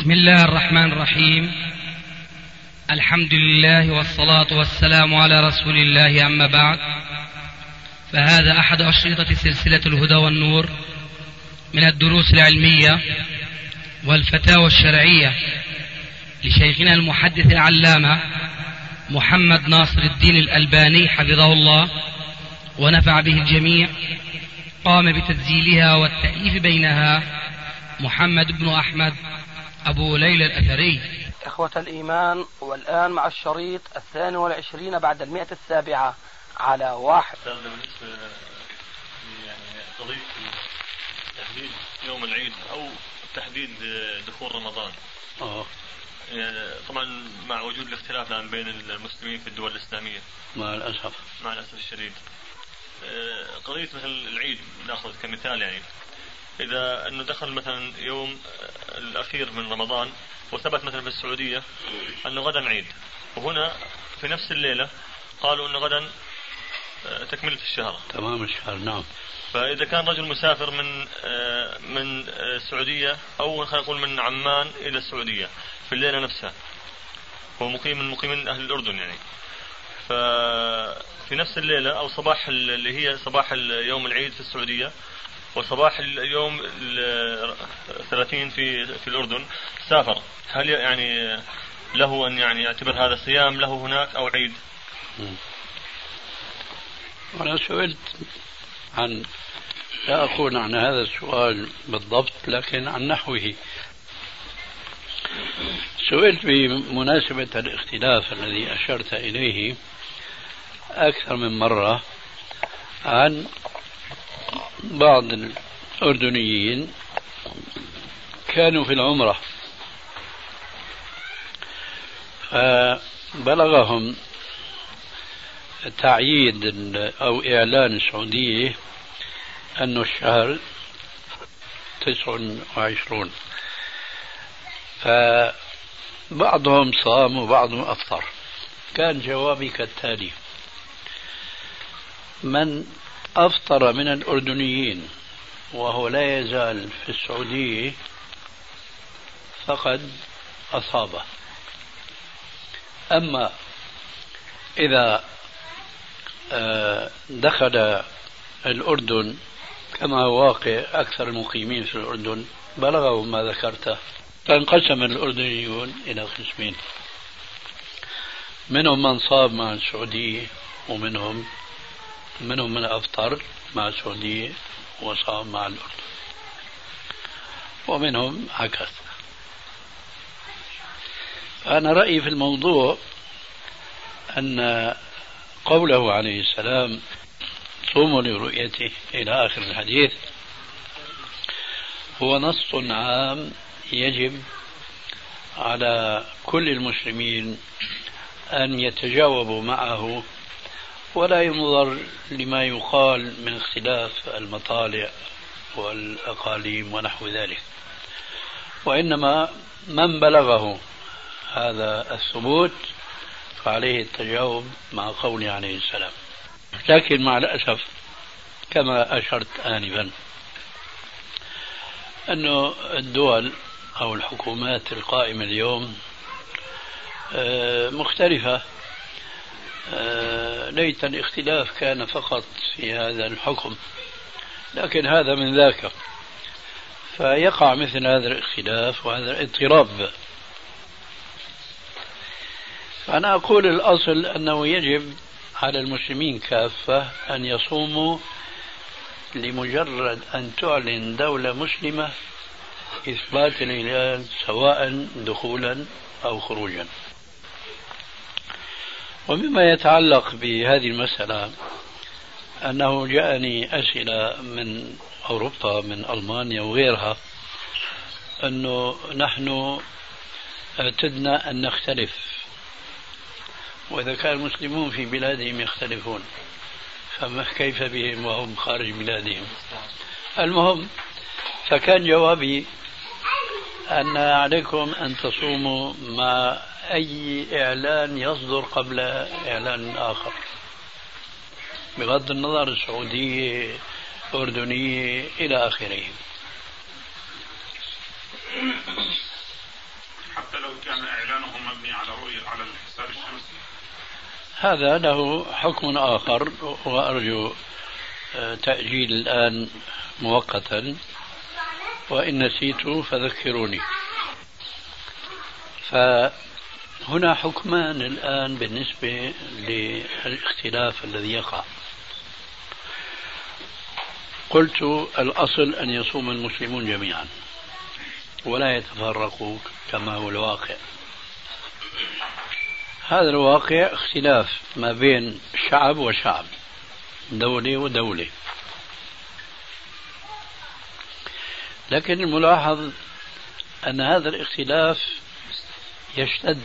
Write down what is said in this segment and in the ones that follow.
بسم الله الرحمن الرحيم. الحمد لله والصلاة والسلام على رسول الله، أما بعد، فهذا أحد أشرطة سلسلة الهدى والنور من الدروس العلمية والفتاوى الشرعية لشيخنا المحدث العلامة محمد ناصر الدين الألباني حفظه الله ونفع به الجميع. قام بتسجيلها والتأليف بينها محمد بن أحمد أبو ليلى الأثري. إخوة الإيمان، والآن مع الشريط 22 بعد 107 على 1. بالنسبة قضية تحديد يوم العيد أو تحديد دخول رمضان، طبعا مع وجود الاختلاف الآن بين المسلمين في الدول الإسلامية مع الأسف الشديد. قضية مثل العيد نأخذ كمثال، يعني إذا أنه دخل مثلا يوم الأخير من رمضان وثبت مثلا في السعودية أنه غدا عيد، وهنا في نفس الليلة قالوا أنه غدا تكملة الشهر، تمام الشهر. نعم. فإذا كان رجل مسافر من السعودية أو خلينا نقول من عمان إلى السعودية في الليلة نفسها، هو مقيم من مقيمين أهل الأردن، يعني ففي نفس الليلة أو صباح اللي هي صباح يوم العيد في السعودية وصباح اليوم 30 في الأردن سافر، هل يعني له أن يعني يعتبر هذا صيام له هناك أو عيد؟ أنا سئلت لا أقول عن هذا السؤال بالضبط، لكن عن نحوه. سئلت بمناسبة الاختلاف الذي أشرت إليه أكثر من مرة عن بعض الأردنيين كانوا في العمرة، فبلغهم تعييد أو إعلان السعودية أن الشهر 29، فبعضهم صام وبعضهم أفطر. كان جوابي كالتالي: من أفطر من الأردنيين وهو لا يزال في السعودية فقد أصابه. أما إذا دخل الأردن كما هو واقع أكثر المقيمين في الأردن بلغوا ما ذكرته، فانقسم الأردنيون إلى قسمين: منهم من صاب مع السعودية، ومنهم من أفطر مع السعودية وصام مع الأردن، ومنهم عكس. أنا رأيي في الموضوع أن قوله عليه السلام صوموا لرؤيته إلى آخر الحديث هو نص عام يجب على كل المسلمين أن يتجاوبوا معه، ولا ينظر لما يقال من اختلاف المطالع والأقاليم ونحو ذلك، وإنما من بلغه هذا الثبوت فعليه التجاوب مع قوله عليه السلام. لكن مع الأسف كما أشرت آنفا أنه الدول أو الحكومات القائمة اليوم مختلفة. ليت الاختلاف كان فقط في هذا الحكم، لكن هذا من ذاك، فيقع مثل هذا الاختلاف وهذا الاضطراب. أنا أقول الأصل أنه يجب على المسلمين كافة أن يصوموا لمجرد أن تعلن دولة مسلمة إثبات الهلال، سواء دخولا أو خروجا. ومما يتعلق بهذه المسألة أنه جاءني أسئلة من أوروبا، من ألمانيا وغيرها، أنه نحن اعتدنا أن نختلف، وإذا كان المسلمون في بلادهم يختلفون فما كيف بهم وهم خارج بلادهم؟ المهم، فكان جوابي أن عليكم أن تصوموا مع أي إعلان يصدر قبل إعلان آخر، بغض النظر السعودية، أردنية، إلى آخره. لو كان إعلانه مبني على رؤية على الحساب الشمسي؟ هذا له حكم آخر، وأرجو تأجيل الآن مؤقتا، وإن نسيت فذكروني. فهنا حكمان الآن بالنسبة للاختلاف الذي يقع. قلت الأصل أن يصوم المسلمون جميعا ولا يتفرقوا كما هو الواقع. هذا الواقع اختلاف ما بين شعب وشعب، دولة ودولة، لكن الملاحظ أن هذا الاختلاف يشتد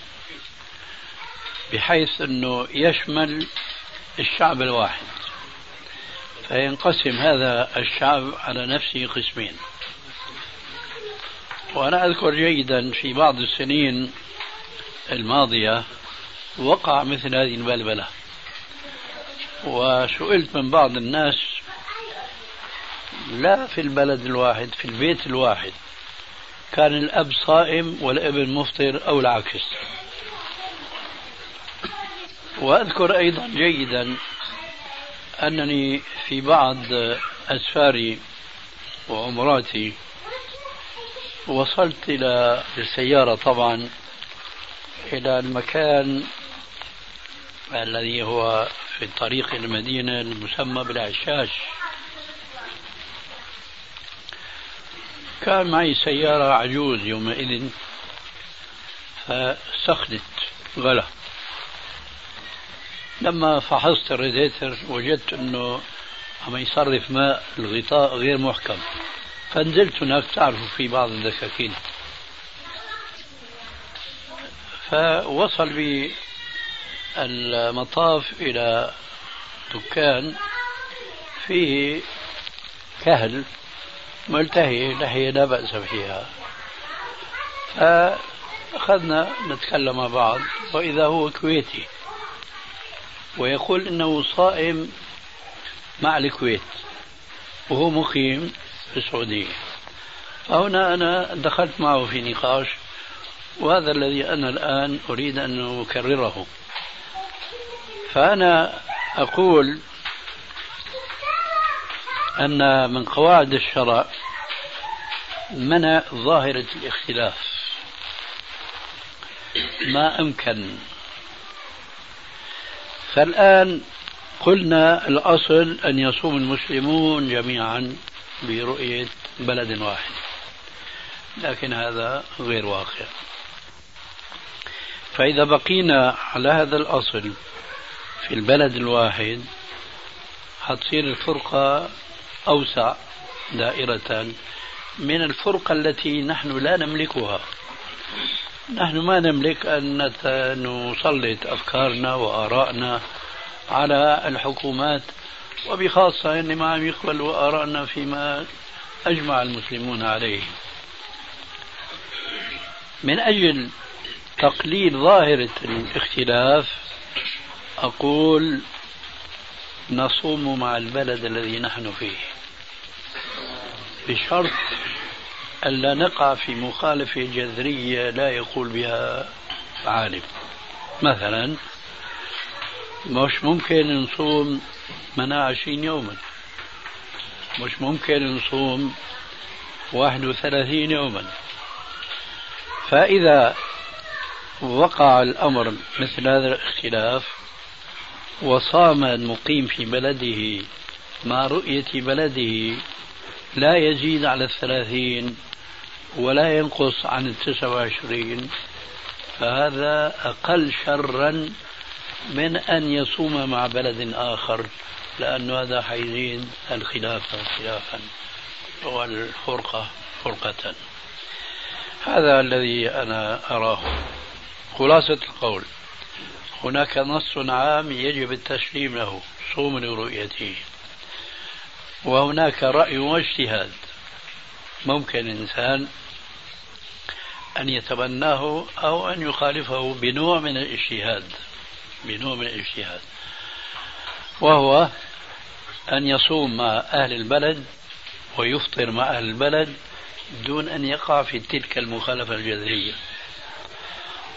بحيث أنه يشمل الشعب الواحد، فينقسم هذا الشعب على نفسه قسمين. وأنا أذكر جيدا في بعض السنين الماضية وقع مثل هذه البلبلة، وسئلت من بعض الناس لا في البلد الواحد، في البيت الواحد كان الأب صائم والابن مفطر أو العكس. وأذكر أيضا جيدا أنني في بعض أسفاري وعمراتي وصلت إلى السيارة طبعا إلى المكان الذي هو في طريق المدينة المسمى بالعشاش. كان معي سيارة عجوز يومئذ، فسخنت غلا. لما فحصت الراديتر وجدت أنه عم يصرف ماء، الغطاء غير محكم، فنزلت هناك، تعرفوا في بعض الدكاكين، فوصل بي المطاف إلى دكان فيه كهل ملتهي لحية لا بأس فيها، فأخذنا نتكلم مع بعض، وإذا هو كويتي ويقول إنه صائم مع الكويت وهو مقيم في السعودية. فهنا أنا دخلت معه في نقاش، وهذا الذي أنا الآن أريد أن أكرره. فأنا أقول أن من قواعد الشرع منع ظاهرة الاختلاف ما أمكن. فالآن قلنا الأصل أن يصوم المسلمون جميعا برؤية بلد واحد، لكن هذا غير واقع. فإذا بقينا على هذا الأصل في البلد الواحد حتصير الفرقة أوسع دائرة من الفرقة التي نحن لا نملكها. نحن ما نملك أن نسلط أفكارنا وآرائنا على الحكومات، وبخاصة أن ما عم يقبلوا آرائنا فيما أجمع المسلمون عليه. من أجل تقليل ظاهرة الاختلاف أقول نصوم مع البلد الذي نحن فيه، بشرط ألا نقع في مخالفة جذرية لا يقول بها عالم. مثلا مش ممكن نصوم منا 20 يوما، مش ممكن نصوم 31 يوما. فإذا وقع الأمر مثل هذا الاختلاف وصام المقيم في بلده مع رؤية بلده لا يزيد على 30 ولا ينقص عن 29، فهذا أقل شرا من أن يصوم مع بلد آخر، لأن هذا حيزيد الخلافة خلافا والفرقة فرقة. هذا الذي أنا أراه. خلاصة القول، هناك نص عام يجب التسليم له، صوم لرؤيته، وهناك رأي واجتهاد ممكن الإنسان أن يتبناه أو أن يخالفه بنوع من الاجتهاد، وهو أن يصوم مع أهل البلد ويفطر مع أهل البلد دون أن يقع في تلك المخالفة الجذرية.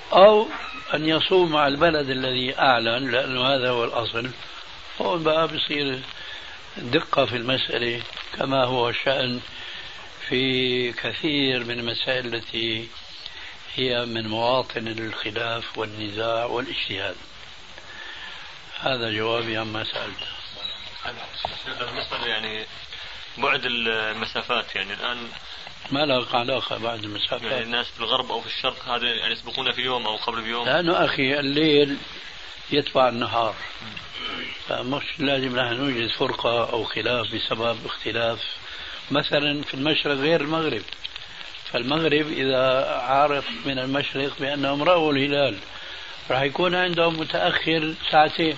أو أن يصوم مع البلد الذي أعلن، لأنه هذا هو الأصل. هون بقى بصير دقة في المسألة، كما هو الشأن في كثير من المسائل التي هي من مواطن الخلاف والنزاع والاجتهاد. هذا جوابي عما سألت. بالنسبة يعني بعد المسافات، يعني الآن ما له علاقة بعد المسافات، يعني الناس في الغرب أو في الشرق هذا يعني يسبقون في يوم أو قبل بيوم. لأنه أخي الليل يتبع النهار، فمش لازم نحن نوجد فرقة أو خلاف بسبب اختلاف مثلا في المشرق غير المغرب. فالمغرب إذا عارف من المشرق بأنهم رأوا الهلال راح يكون عندهم متأخر ساعتين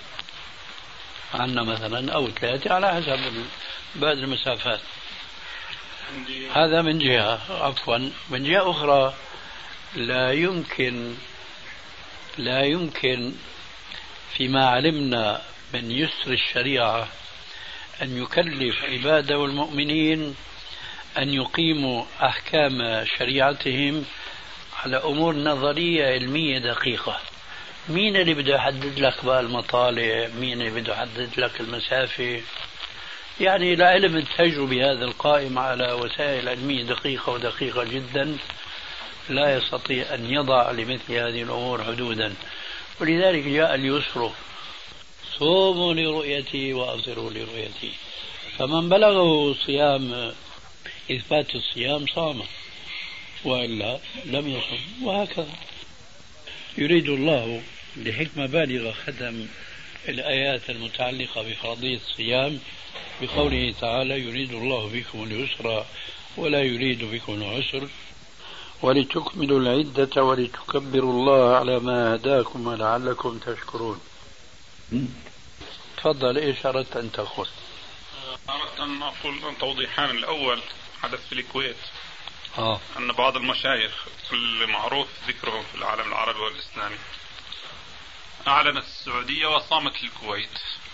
عنا مثلا أو 3 على حسب بعد المسافات. هذا من جهة. عفوا، من جهة أخرى لا يمكن فيما علمنا من يسر الشريعة أن يكلف عباده المؤمنين أن يقيموا أحكام شريعتهم على أمور نظرية علمية دقيقة. مين اللي بده يحدد لك بقى المطالع؟ مين اللي بده يحدد لك المسافة؟ يعني لعلم التجربة هذا القائم على وسائل علمية دقيقة ودقيقة جدا لا يستطيع أن يضع لمثل هذه الأمور حدودا. ولذلك جاء اليسر: صوموا لرؤيتي وأفطروا لرؤيتي. فمن بلغه صيام إثبات الصيام صام، وإلا لم يصم، وهكذا. يريد الله لحكمة بالغة ختم الآيات المتعلقة بفرضية الصيام بقوله تعالى: يريد الله بكم اليسر ولا يريد بكم العسر ولتكملوا العدة ولتكبروا الله على ما هداكم ولعلكم تشكرون. تفضل، ايش اردت ان تقول؟ اردت ان اقول توضيحان. الاول حدث في الكويت ان بعض المشايخ المعروف ذكرهم في العالم العربي والاسلامي اعلنت السعودية وصامت الكويت،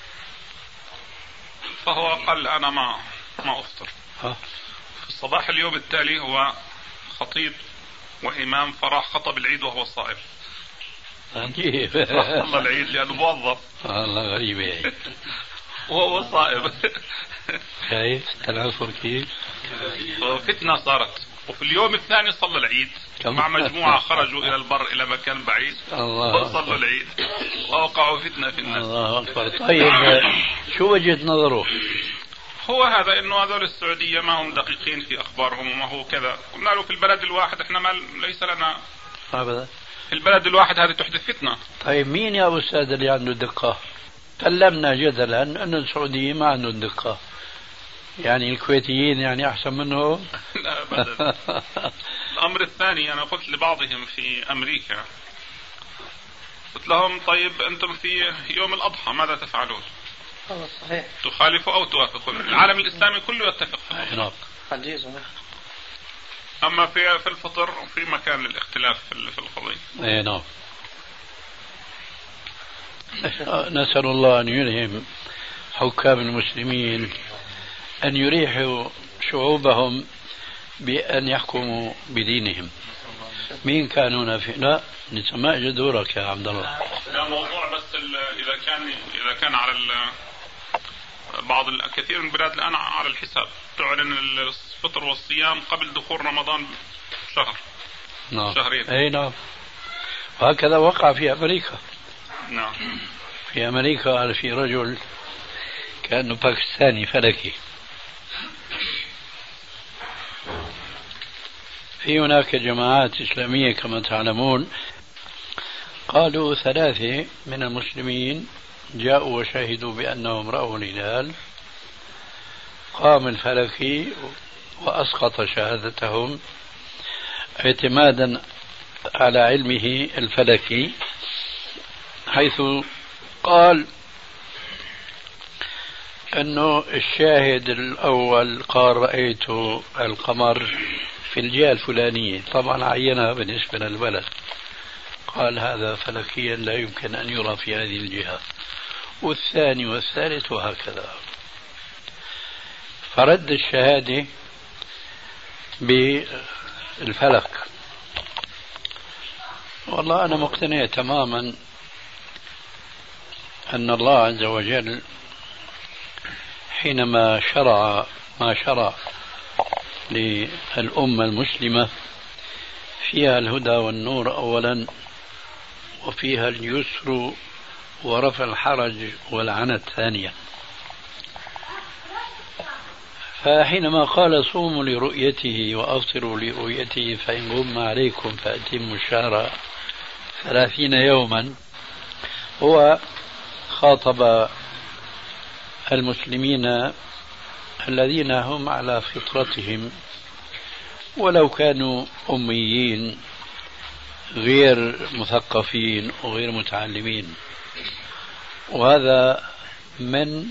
فهو قال انا ما افطر. في الصباح اليوم التالي هو خطيب وامام فراح خطب العيد وهو صائم. عجيب. صلى العيد لانه موظف. الله غريب وهو صائم. كيف تنافر كيف؟ فتنة صارت. وفي اليوم الثاني صلى العيد مع مجموعة خرجوا إلى البر إلى مكان بعيد وصلوا العيد ووقعوا فتنة في الناس. الله أكبر. طيب شو وجهة نظره؟ هو هذا إنه هذول السعودية ما هم دقيقين في أخبارهم وما هو كذا. قلنا له في البلد الواحد إحنا ما ليس لنا أبدا. في البلد الواحد هذه تحدث فتنة. طيب مين يا أستاذ اللي عنده دقة؟ كلمنا جدلا أن السعوديين ما عندهم دقة، يعني الكويتيين يعني أحسن منهم؟ لا أبدا. الأمر الثاني أنا قلت لبعضهم في أمريكا، قلت لهم طيب أنتم في يوم الأضحى ماذا تفعلون؟ صحيح. تخالفوا أو توافقون؟ العالم الإسلامي كله يتفق في الأضحى. أما في الفطر في مكان للاختلاف في القضية. نعم. نسأل الله أن يلهم حكام المسلمين أن يريحوا شعوبهم بأن يحكموا بدينهم. مين كانوا في لا نسمع جدورك يا عبد الله. لا موضوع بس إذا كان على بعض الكثير من البلاد الآن على الحساب تعلن الفطر والصيام قبل دخول رمضان شهر. نعم. شهرين. أي نعم. وهكذا وقع في أمريكا. نعم. في أمريكا في رجل كأنه باكستاني فلكي، في هناك جماعات إسلامية كما تعلمون، قالوا 3 من المسلمين جاءوا وشهدوا بأنهم رأوا الهلال، قام الفلكي وأسقط شهادتهم اعتمادا على علمه الفلكي، حيث قال أنه الشاهد الأول قال رأيت القمر في الجهة الفلانية، طبعا عينها بالنسبة للبلد، قال هذا فلكيا لا يمكن أن يرى في هذه الجهة، والثاني والثالث وهكذا. فرد الشهادة بالفلك، والله أنا مقتنع تماما أن الله عز وجل حينما شرع ما شرع للأمة المسلمة فيها الهدى والنور أولا، وفيها اليسر ورفع الحرج والعنت ثانيا. فحينما قال صوموا لرؤيته وأفطروا لرؤيته فإن غم عليكم فأتموا الشهر 30 يوما، هو خاطب المسلمين الذين هم على فطرتهم ولو كانوا أميين غير مثقفين وغير متعلمين. وهذا من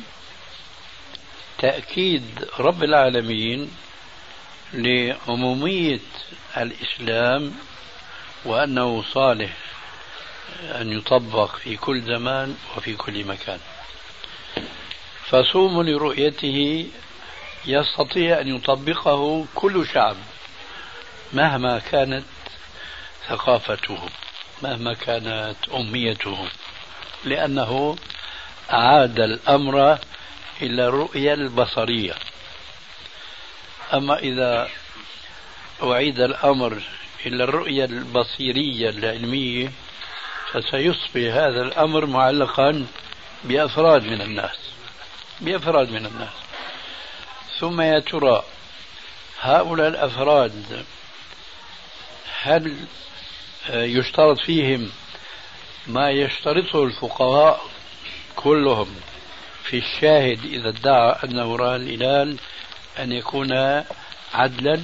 تأكيد رب العالمين لعمومية الإسلام وأنه صالح أن يطبق في كل زمان وفي كل مكان. فصوموا لرؤيته يستطيع أن يطبقه كل شعب مهما كانت ثقافته، مهما كانت أميته، لأنه أعاد الأمر إلى الرؤية البصرية. أما إذا أعيد الأمر إلى الرؤية البصيرية العلمية فسيصبح هذا الأمر معلقا بأفراد من الناس. ثم يا ترى هؤلاء الأفراد هل يشترط فيهم ما يشترطه الفقهاء كلهم في الشاهد إذا ادعى أنه رأى الهلال أن يكون عدلا؟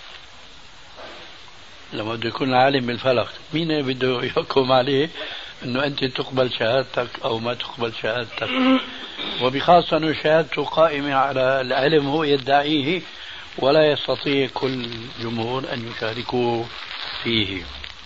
لما بده يكون عالم بالفلك مين بده يحكم عليه أنه أنت تقبل شهادتك أو ما تقبل شهادتك؟ وبخاصة أن شهادته قائمة على العلم هو يدعيه ولا يستطيع كل جمهور أن يشاركوه فيه.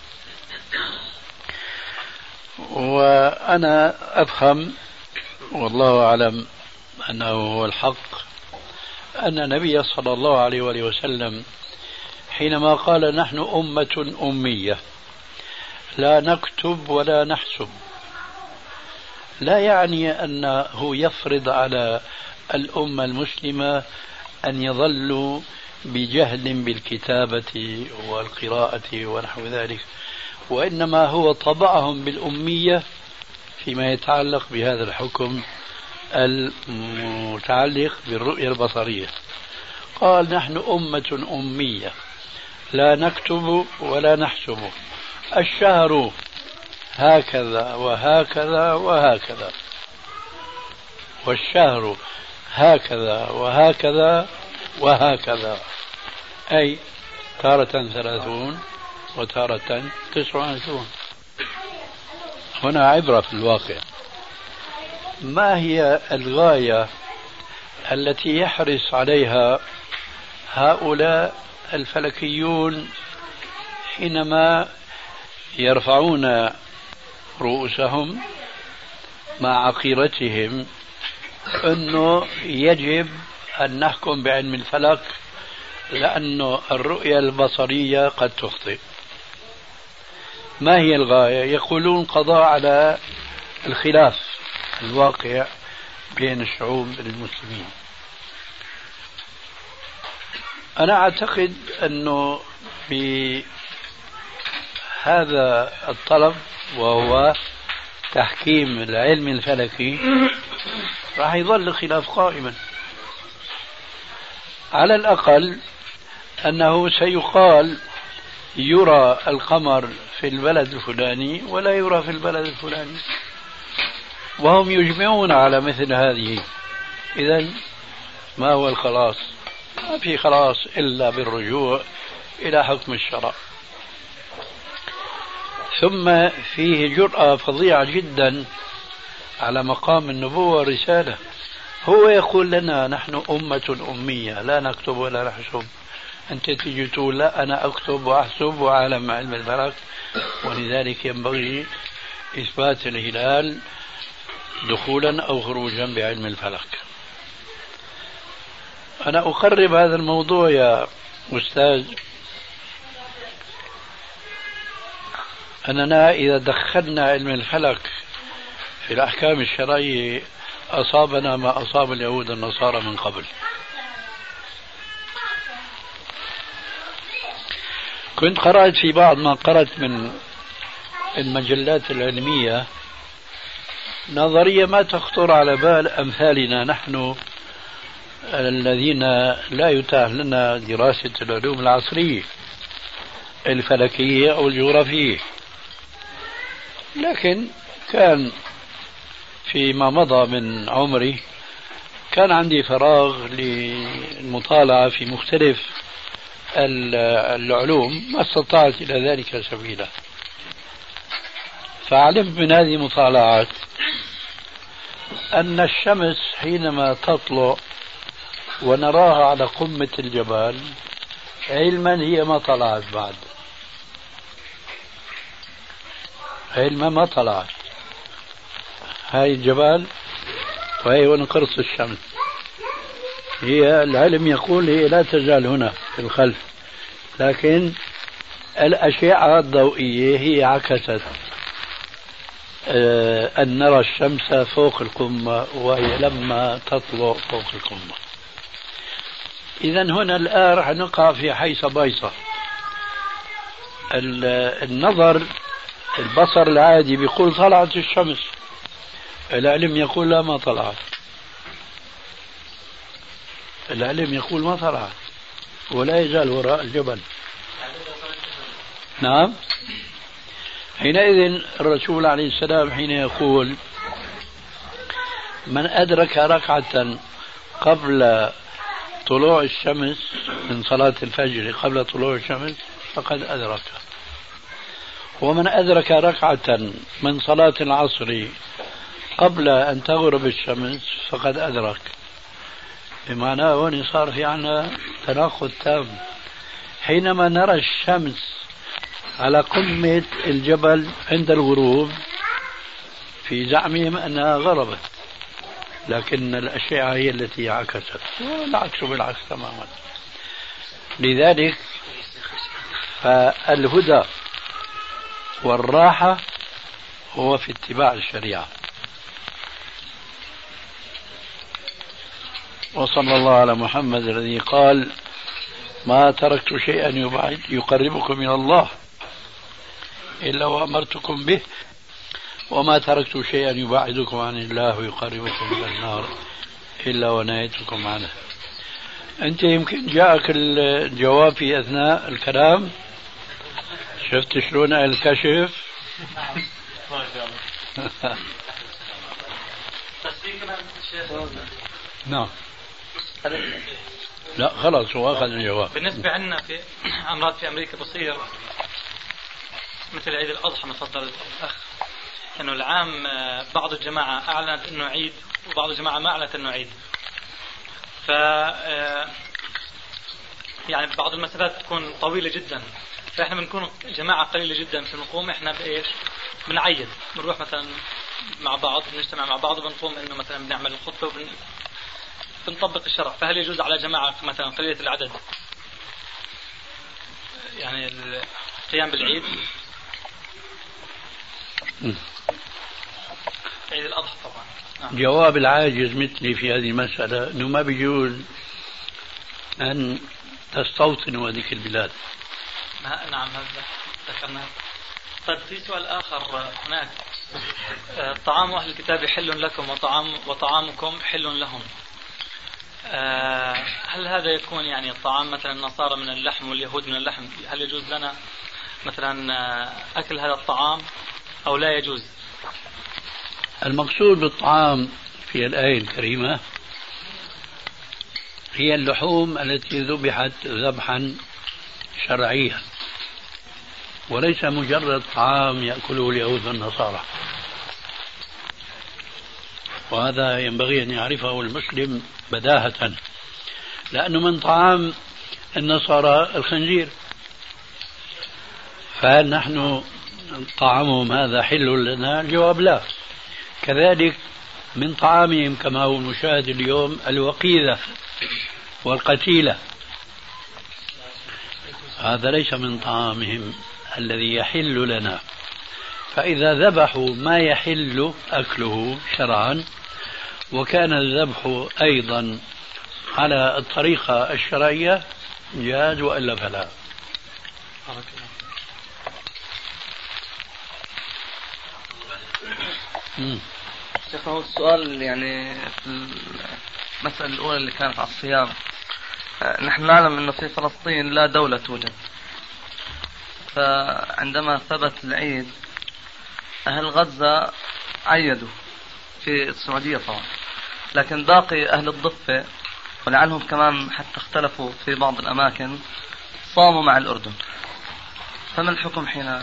وأنا أفهم والله أعلم أنه هو الحق أن النبي صلى الله عليه وآله وسلم حينما قال نحن أمة أمية لا نكتب ولا نحسب، لا يعني أنه يفرض على الأمة المسلمة أن يظلوا بجهل بالكتابة والقراءة ونحو ذلك، وإنما هو طبعهم بالأمية فيما يتعلق بهذا الحكم المتعلق بالرؤية البصرية. قال نحن أمة أمية لا نكتب ولا نحسب، الشهر هكذا وهكذا وهكذا، والشهر هكذا وهكذا وهكذا، أي تارة 30 وتارة 29. هنا عبرة في الواقع. ما هي الغاية التي يحرص عليها هؤلاء الفلكيون حينما يرفعون رؤوسهم مع عقيرتهم أنه يجب أن نحكم بعلم الفلك لأن الرؤية البصرية قد تخطئ؟ ما هي الغاية؟ يقولون قضاء على الخلاف الواقع بين الشعوب المسلمين. أنا أعتقد أنه بهذا الطلب وهو تحكيم العلم الفلكي راح يظل الخلاف قائما. على الأقل أنه سيقال يرى القمر في البلد الفلاني ولا يرى في البلد الفلاني، وهم يجمعون على مثل هذه. إذن ما هو الخلاص؟ ما في خلاص إلا بالرجوع إلى حكم الشرع. ثم فيه جرأة فظيعة جدا على مقام النبوة والرسالة. هو يقول لنا نحن أمة أمية لا نكتب ولا نحسب، أنت تجي تقول لا أنا أكتب وأحسب وأعلم علم الفلك، ولذلك ينبغي إثبات الهلال دخولا أو خروجا بعلم الفلك. أنا أقرب هذا الموضوع يا أستاذ أننا إذا دخلنا علم الفلك في الأحكام الشرعية أصابنا ما أصاب اليهود النصارى من قبل. كنت قرأت في بعض ما قرأت من المجلات العلمية نظرية ما تخطر على بال أمثالنا نحن الذين لا يتاح لنا دراسة العلوم العصرية الفلكية أو الجغرافية. لكن كان فيما مضى من عمري كان عندي فراغ للمطالعة في مختلف العلوم ما استطعت إلى ذلك سبيلا. فعلمت من هذه المطالعات أن الشمس حينما تطلع ونراها على قمة الجبال علما هي ما طلعت بعد، علما ما طلعت هاي الجبال وهي ونقرص الشمس. هي العلم يقول هي لا تزال هنا في الخلف، لكن الأشعة الضوئية هي عكست أن نرى الشمس فوق القمة وهي لما تطلع فوق القمة. إذا هنا الآن رح نقع في حيصة بايصة. النظر البصر العادي بيقول طلعت الشمس، العلم يقول لا ما طلعت، العلم يقول ما طلعت ولا يزال وراء الجبل. نعم. حينئذ الرسول عليه السلام حين يقول من أدرك ركعة قبل طلوع الشمس من صلاة الفجر قبل طلوع الشمس فقد أدرك، ومن أدرك ركعة من صلاة العصر قبل أن تغرب الشمس فقد أدرك. بمعنى هون صار في عنا تناقض تام. حينما نرى الشمس على قمة الجبل عند الغروب في زعمهم أنها غربت، لكن الأشعة هي التي عكست، والعكس بالعكس تماما. لذلك فالهدى والراحة هو في اتباع الشريعة. وصلى الله على محمد الذي قال ما تركت شيئا يقربكم من الله إلا وأمرتكم به، وما تركت شيئا يبعدكم عن الله ويقربكم من النار إلا ونهيتكم عنه. أنت يمكن جاءك الجواب في أثناء الكلام، شفت شلون الكشف. نعم. لا خلاص هو أخذ الجواب. بالنسبة لنا في أمراض في أمريكا بصير مثل عيد الأضحى، مثل الأخ أنه العام بعض الجماعة أعلنت أنه عيد وبعض الجماعة ما أعلنت أنه عيد. ف يعني بعض المسافات تكون طويلة جدا، فإحنا بنكون جماعة قليلة جدا في نقوم إحنا بإيش بنعيد، بنروح مثلا مع بعض بنجتمع مع بعض وبنقوم إنه مثلا بنعمل الخطبة بنطبق الشرع. فهل يجوز على جماعة مثلا قليلة العدد يعني القيام بالعيد عيد الأضحى طبعا؟ نعم. جواب العاجز مثلي في هذه المسألة أنه ما بيجوز أن تستوطنوا هذه البلاد. نعم هذا ذكرناه. طيب في سؤال آخر هناك، طعام أهل الكتاب حل لكم وطعامكم حل لهم. هل هذا يكون يعني الطعام مثلا النصارى من اللحم واليهود من اللحم، هل يجوز لنا مثلا أكل هذا الطعام أو لا يجوز؟ المقصود بالطعام في الآية الكريمة هي اللحوم التي ذبحت ذبحا شرعيا، وليس مجرد طعام يأكله اليهود والنصارى. وهذا ينبغي أن يعرفه المسلم بداهة، لأنه من طعام النصارى الخنزير، فهل نحن طعامهم هذا حل لنا؟ الجواب لا. كذلك من طعامهم كما هو المشاهد اليوم الوقيذة والقتيلة، هذا ليس من طعامهم الذي يحل لنا. فإذا ذبحوا ما يحل أكله شرعا وكان الذبح أيضا على الطريقة الشرعية جاز وإلا فلا. شيخ هو السؤال يعني في المسألة الأولى اللي كانت على الصيام، نحن نعلم أنه في فلسطين لا دولة توجد، فعندما ثبت العيد أهل غزة عيدوا في السعودية طبعا، لكن باقي أهل الضفة ولعلهم كمان حتى اختلفوا في بعض الأماكن صاموا مع الأردن، فما الحكم حين؟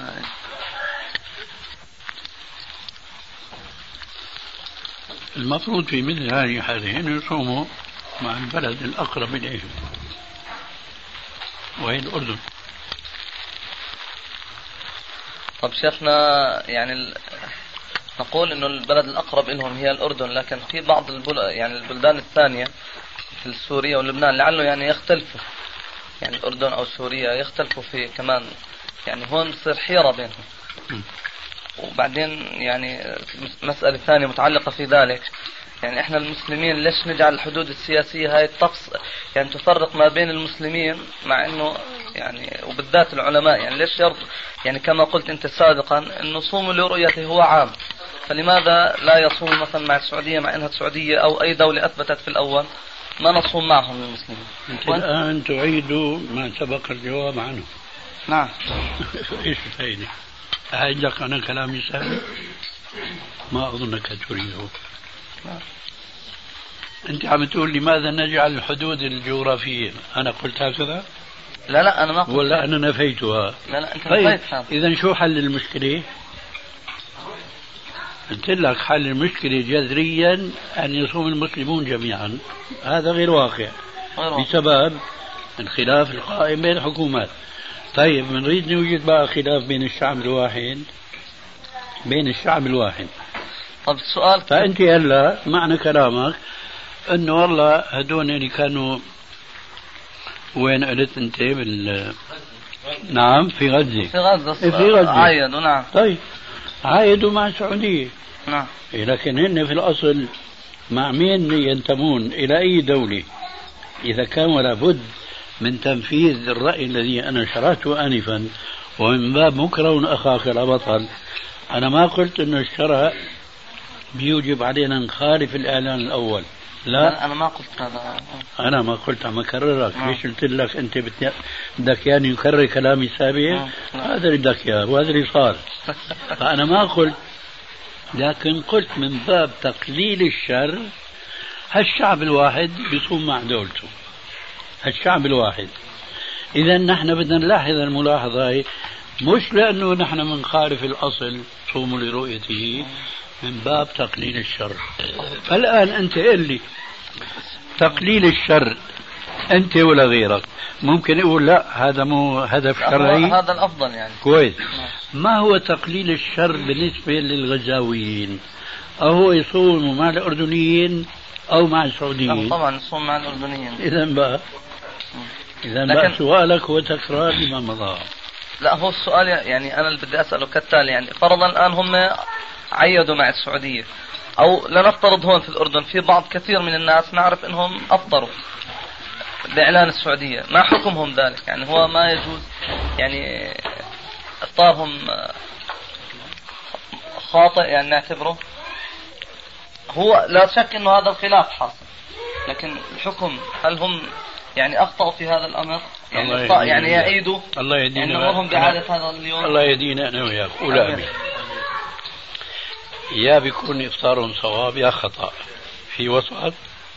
المفروض في مثل هذه الحالة أن يصوموا مع البلد الأقرب إليهم وهي الأردن. طب شيخنا يعني نقول إنه البلد الأقرب لهم هي الأردن، لكن في بعض يعني البلدان الثانية في سوريا ولبنان لعله يعني يختلفوا، يعني الأردن أو سوريا يختلفوا في كمان، يعني هون بصير حيرة بينهم. وبعدين يعني مسألة ثانية متعلقة في ذلك، يعني احنا المسلمين ليش نجعل الحدود السياسية هاي يعني تفرق ما بين المسلمين، مع انه يعني وبالذات العلماء يعني ليش يعني كما قلت انت سابقا انه صوموا لرؤيته هو عام، فلماذا لا يصوم مثلا مع السعودية مع انها السعودية او اي دولة اثبتت في الاول ما نصوم معهم المسلمين؟ الآن تعيدوا ما سبق الجواب عنه. نعم. ايش الفائدة؟ أعيد لك أنا كلامي سابق؟ ما أظنك تريده. أنت عم تقول لماذا نجعل الحدود الجغرافية؟ أنا قلت هكذا؟ لا أنا ما قلت. ولا أنا نفيتها؟ لا أنت طيب نفيتها. إذا شو حل المشكلة؟ قلت لك حل المشكلة جذريا أن يصوم المسلمون جميعا، هذا غير واقع بسبب الخلاف القائم بين الحكومات. طيب بنريد نوجد بقى خلاف بين الشعب الواحد. طب السؤال فأنت هلا معنى كلامك أنه والله هدول اللي كانوا وين قلت أنت نعم في غزة عايدوا. نعم. طيب عايدوا مع السعودية. نعم. لكن هن في الأصل مع مين ينتمون إلى أي دولة؟ إذا كان ولا بد من تنفيذ الرأي الذي أنا شرحته آنفا، ومن باب مكره أخاك لا بطل، أنا ما قلت أن الشرع بيوجب علينا نخالف الإعلان الأول، لا أنا ما قلت هذا. أنا ما قلت، عم أكررك. ليش قلت لك أنت بدك يعني يكرر كلامي السابق؟ هذا اللي بدك إياه وهذا اللي صار. فأنا ما قلت، لكن قلت من باب تقليل الشر هالشعب الواحد بيصوم مع دولته، هالشعب الواحد. إذا نحن بدنا نلاحظ الملاحظة هي، مش لأنه نحن منخالف الأصل صوموا لرؤيته، من باب تقليل الشر. الآن أنت قل لي تقليل الشر أنت ولا غيرك ممكن يقول لا هذا مو هدف شرعي، هذا الأفضل يعني. كويس. ما هو تقليل الشر بالنسبة للغزاويين؟ أهو يصوموا مع الأردنيين أو مع السعوديين؟ طبعا يصوم مع الأردنيين. إذا بقى سؤالك هو تكرار لما مضى. لا هو السؤال يعني أنا اللي بدي أسأله كالتالي، يعني فرضا الآن هم عيدوا مع السعودية، أو لنفترض هون في الأردن في بعض كثير من الناس نعرف أنهم أفطروا بإعلان السعودية، ما حكمهم ذلك؟ يعني هو ما يجوز يعني إفطارهم خاطئ يعني نعتبره؟ هو لا شك أنه هذا الخلاف حاصل، لكن الحكم هل هم يعني أخطأوا في هذا الأمر؟ يعني يعيدوا الله يهدينا يعني نمرهم بعادة هذا اليوم. الله يهدينا أنا وياك. ولا يا بيكون إفطارهم صواب يا خطأ، في وسط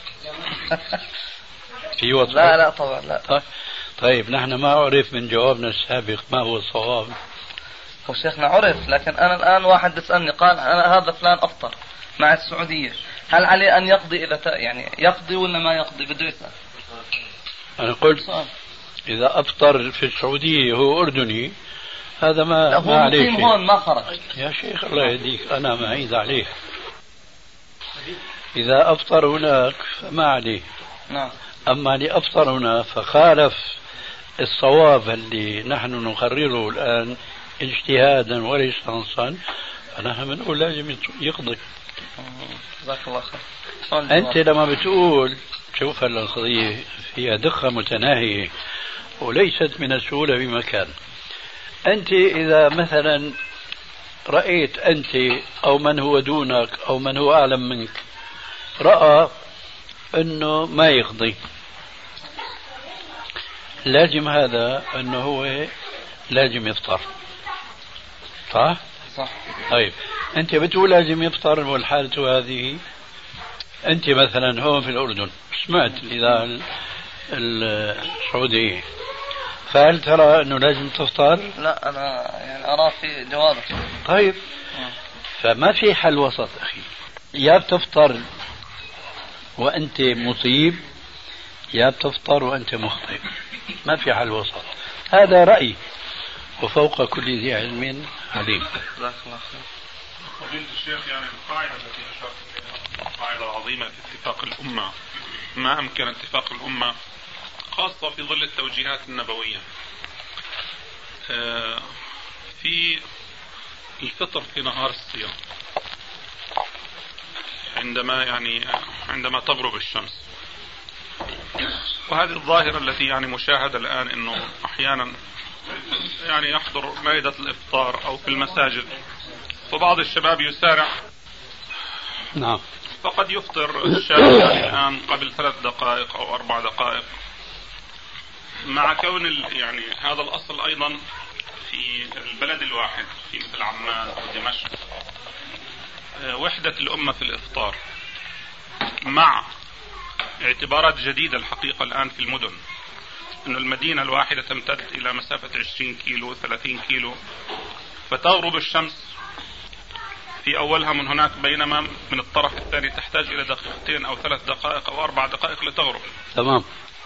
في وسط. لا طبعا لا. طيب نحن ما عرف من جوابنا السابق ما هو الصواب. هو شيخنا عرف، لكن أنا الآن واحد بيسألني قال أنا هذا فلان أفطر مع السعودية، هل عليه أن يقضي إذا يعني يقضي ولا ما يقضي؟ بده يسأل. أنا قلت إذا أفطر في السعودية هو أردني هذا ما عليه شيء. هون ما خرج يا شيخ الله يهديك، أنا معيد عليه. إذا أفطر هناك فما عليه. نعم. أما لأفطر هنا فخالف الصواب اللي نحن نقرره الآن اجتهادا وليس نصا فنحن بنقول لازم يقضي. جزاك الله خير. أنت لما بتقول شوف القضية فيها دقة متناهية وليست من السهولة بمكان. أنت إذا مثلا رأيت أنت أو من هو دونك أو من هو أعلم منك رأى أنه ما يقضي، لازم هذا أنه هو لازم يفطر، صح؟ صح. طيب أنت بتقول لازم يفطر والحالة هذه، أنت مثلا هون في الأردن سمعت الإذاعة السعودية، فهل ترى أنه لازم تفطر؟ لا أنا يعني أرى في جوازه. طيب فما في حل وسط أخي، يا بتفطر وأنت مصيب يا بتفطر وأنت مخطئ، ما في حل وسط. هذا رأي وفوق كل ذي علم عليم. جزاك الله خير. فضيلة الشيخ، يعني القاعدة التي أشرت إليها قاعدة عظيمة في اتفاق الأمة، ما أمكن اتفاق الأمة خاصة في ظل التوجيهات النبوية في الفطر في نهار الصيام عندما تغرب الشمس. وهذه الظاهرة التي يعني مشاهدة الآن، أنه أحيانا يعني يحضر مائدة الإفطار أو في المساجد وبعض الشباب يسارع، نعم، فقد يفطر الشاب الآن قبل 3 دقائق أو 4 دقائق، مع كون يعني هذا الأصل أيضا في البلد الواحد في مثل عمان أو دمشق وحدة الأمة في الإفطار، مع اعتبارات جديدة الحقيقة الآن في المدن، أن المدينة الواحدة تمتد إلى مسافة 20 كيلو 30 كيلو، فتغرب الشمس في أولها من هناك، بينما من الطرف الثاني تحتاج إلى 2 أو 3 دقائق أو 4 دقائق لتغرب. تمام.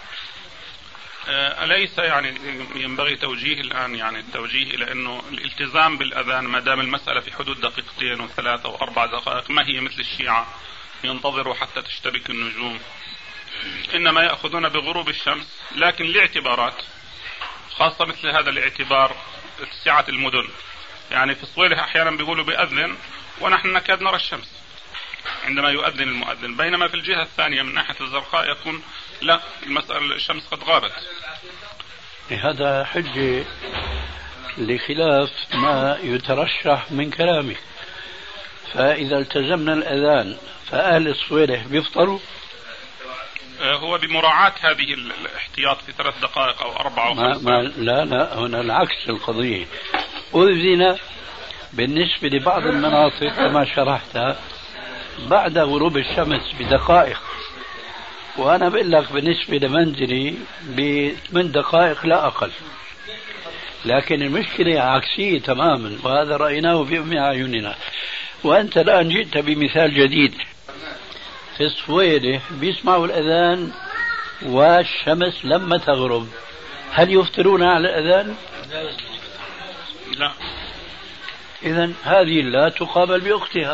أليس يعني ينبغي توجيه الآن، يعني التوجيه إلى أنه الالتزام بالأذان ما دام المسألة في حدود 2 و3 أو 4 دقائق، ما هي مثل الشيعة ينتظروا حتى تشتبك النجوم، إنما يأخذون بغروب الشمس، لكن لاعتبارات خاصة مثل هذا الاعتبار سعة المدن. يعني في صويلح أحيانا بيقولوا بأذن ونحن نكاد نرى الشمس عندما يؤذن المؤذن، بينما في الجهة الثانية من ناحية الزرقاء يكون لا، المسألة الشمس قد غابت. هذا حجة لخلاف ما يترشح من كلامك. فإذا التزمنا الأذان فأهل الصويلح بيفطروا؟ هو بمراعاة هذه الاحتياط في 3 دقائق أو 4 أو 5. لا هنا العكس القضية. أذن بالنسبة لبعض المناطق كما شرحتها بعد غروب الشمس بدقائق، وأنا بقول لك بالنسبة لمنزلي ب8 دقائق لا أقل. لكن المشكلة عكسية تماما، وهذا رأيناه بأم أعيننا. وأنت الآن جئت بمثال جديد. في الصويلح بيسمعوا الأذان والشمس لما تغرب، هل يفطرون على الأذان؟ لا. إذن هذه لا تقابل بأختها.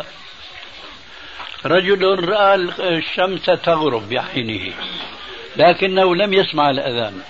رجل رأى الشمس تغرب بعينه لكنه لم يسمع الأذان.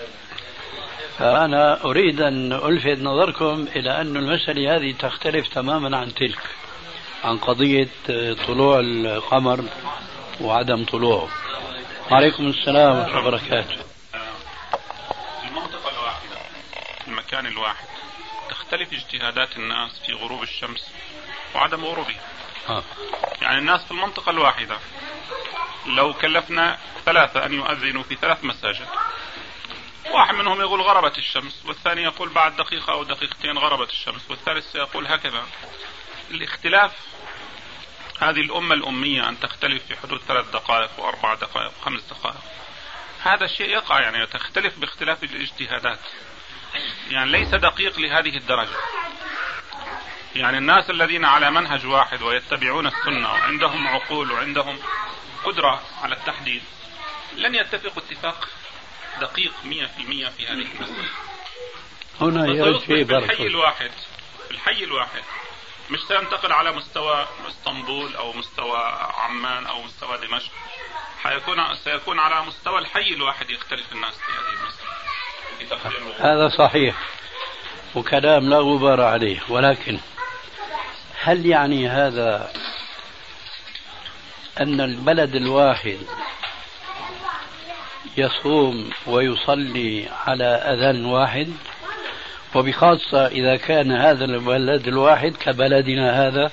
فأنا أريد أن ألفت نظركم إلى أن المسألة هذه تختلف تماما عن تلك، عن قضية طلوع القمر وعدم طلوعه. عليكم السلام ورحمة الله وبركاته. المنطقة الواحدة، المكان الواحد، تختلف اجتهادات الناس في غروب الشمس وعدم غروبها. يعني الناس في المنطقة الواحدة لو كلفنا 3 أن يؤذنوا في 3 مساجد، واحد منهم يقول غربت الشمس، والثاني يقول بعد 1 دقيقة أو 2 دقيقتين غربت الشمس، والثالث سيقول هكذا. الاختلاف، هذه الأمة الأمية أن تختلف في حدود 3 دقائق و4 دقائق و5 دقائق، هذا الشيء يقع، يعني تختلف باختلاف الاجتهادات، يعني ليس دقيق لهذه الدرجة. يعني الناس الذين على منهج واحد ويتبعون السنة وعندهم عقول وعندهم قدرة على التحديد لن يتفقوا اتفاق دقيق 100% في هذه المسألة. هنا يرد شيء في الحي الواحد مش سينتقل على مستوى اسطنبول أو مستوى عمان أو مستوى دمشق، سيكون على مستوى الحي الواحد يختلف الناس في هذه المسألة. هذا صحيح، وكلام لا غبار عليه، ولكن هل يعني هذا أن البلد الواحد يصوم ويصلي على أذان واحد، وبخاصة إذا كان هذا البلد الواحد كبلدنا هذا؟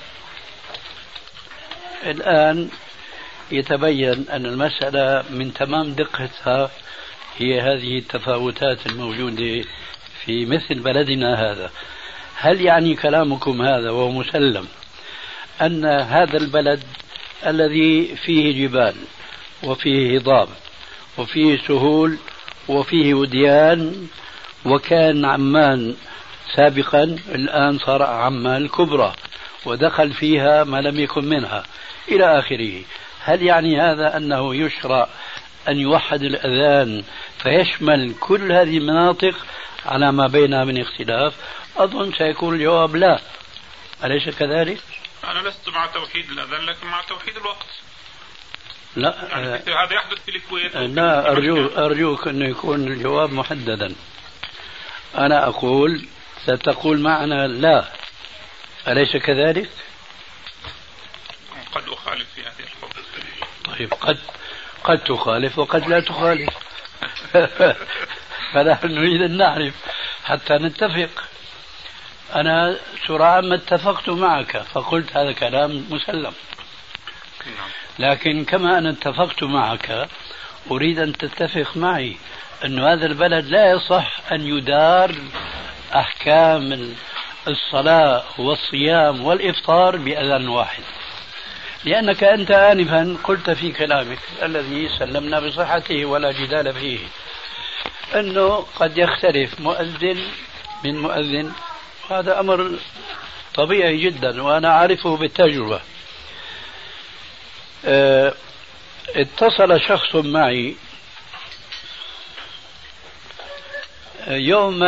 الآن يتبين أن المسألة من تمام دقتها هي هذه التفاوتات الموجودة في مثل بلدنا هذا. هل يعني كلامكم هذا وهو مسلم أن هذا البلد الذي فيه جبال وفيه هضاب وفيه سهول وفيه وديان، وكان عمان سابقا الآن صار عمان الكبرى ودخل فيها ما لم يكن منها إلى آخره، هل يعني هذا أنه يشرع أن يوحد الأذان فيشمل كل هذه المناطق على ما بينها من اختلاف؟ أظن سيكون الجواب لا، أليس كذلك؟ أنا لست مع توحيد الأذان لكن مع توحيد الوقت. لا يعني هذا يحدث في الكويت. لا، أرجوك أن يكون الجواب محددا. أنا أقول ستقول معنا لا، أليس كذلك؟ قد أخالف في هذه الحكم. طيب قد تخالف وقد لا تخالف. فنحن نريد أن نعرف حتى نتفق. أنا سرعان ما اتفقت معك فقلت هذا كلام مسلم، لكن كما أنا اتفقت معك أريد أن تتفق معي أن هذا البلد لا يصح أن يدار أحكام الصلاة والصيام والإفطار بأذان واحد، لأنك أنت آنفا قلت في كلامك الذي سلمنا بصحته ولا جدال فيه أنه قد يختلف مؤذن من مؤذن، هذا أمر طبيعي جدا وأنا أعرفه بالتجربة. اتصل شخص معي يوم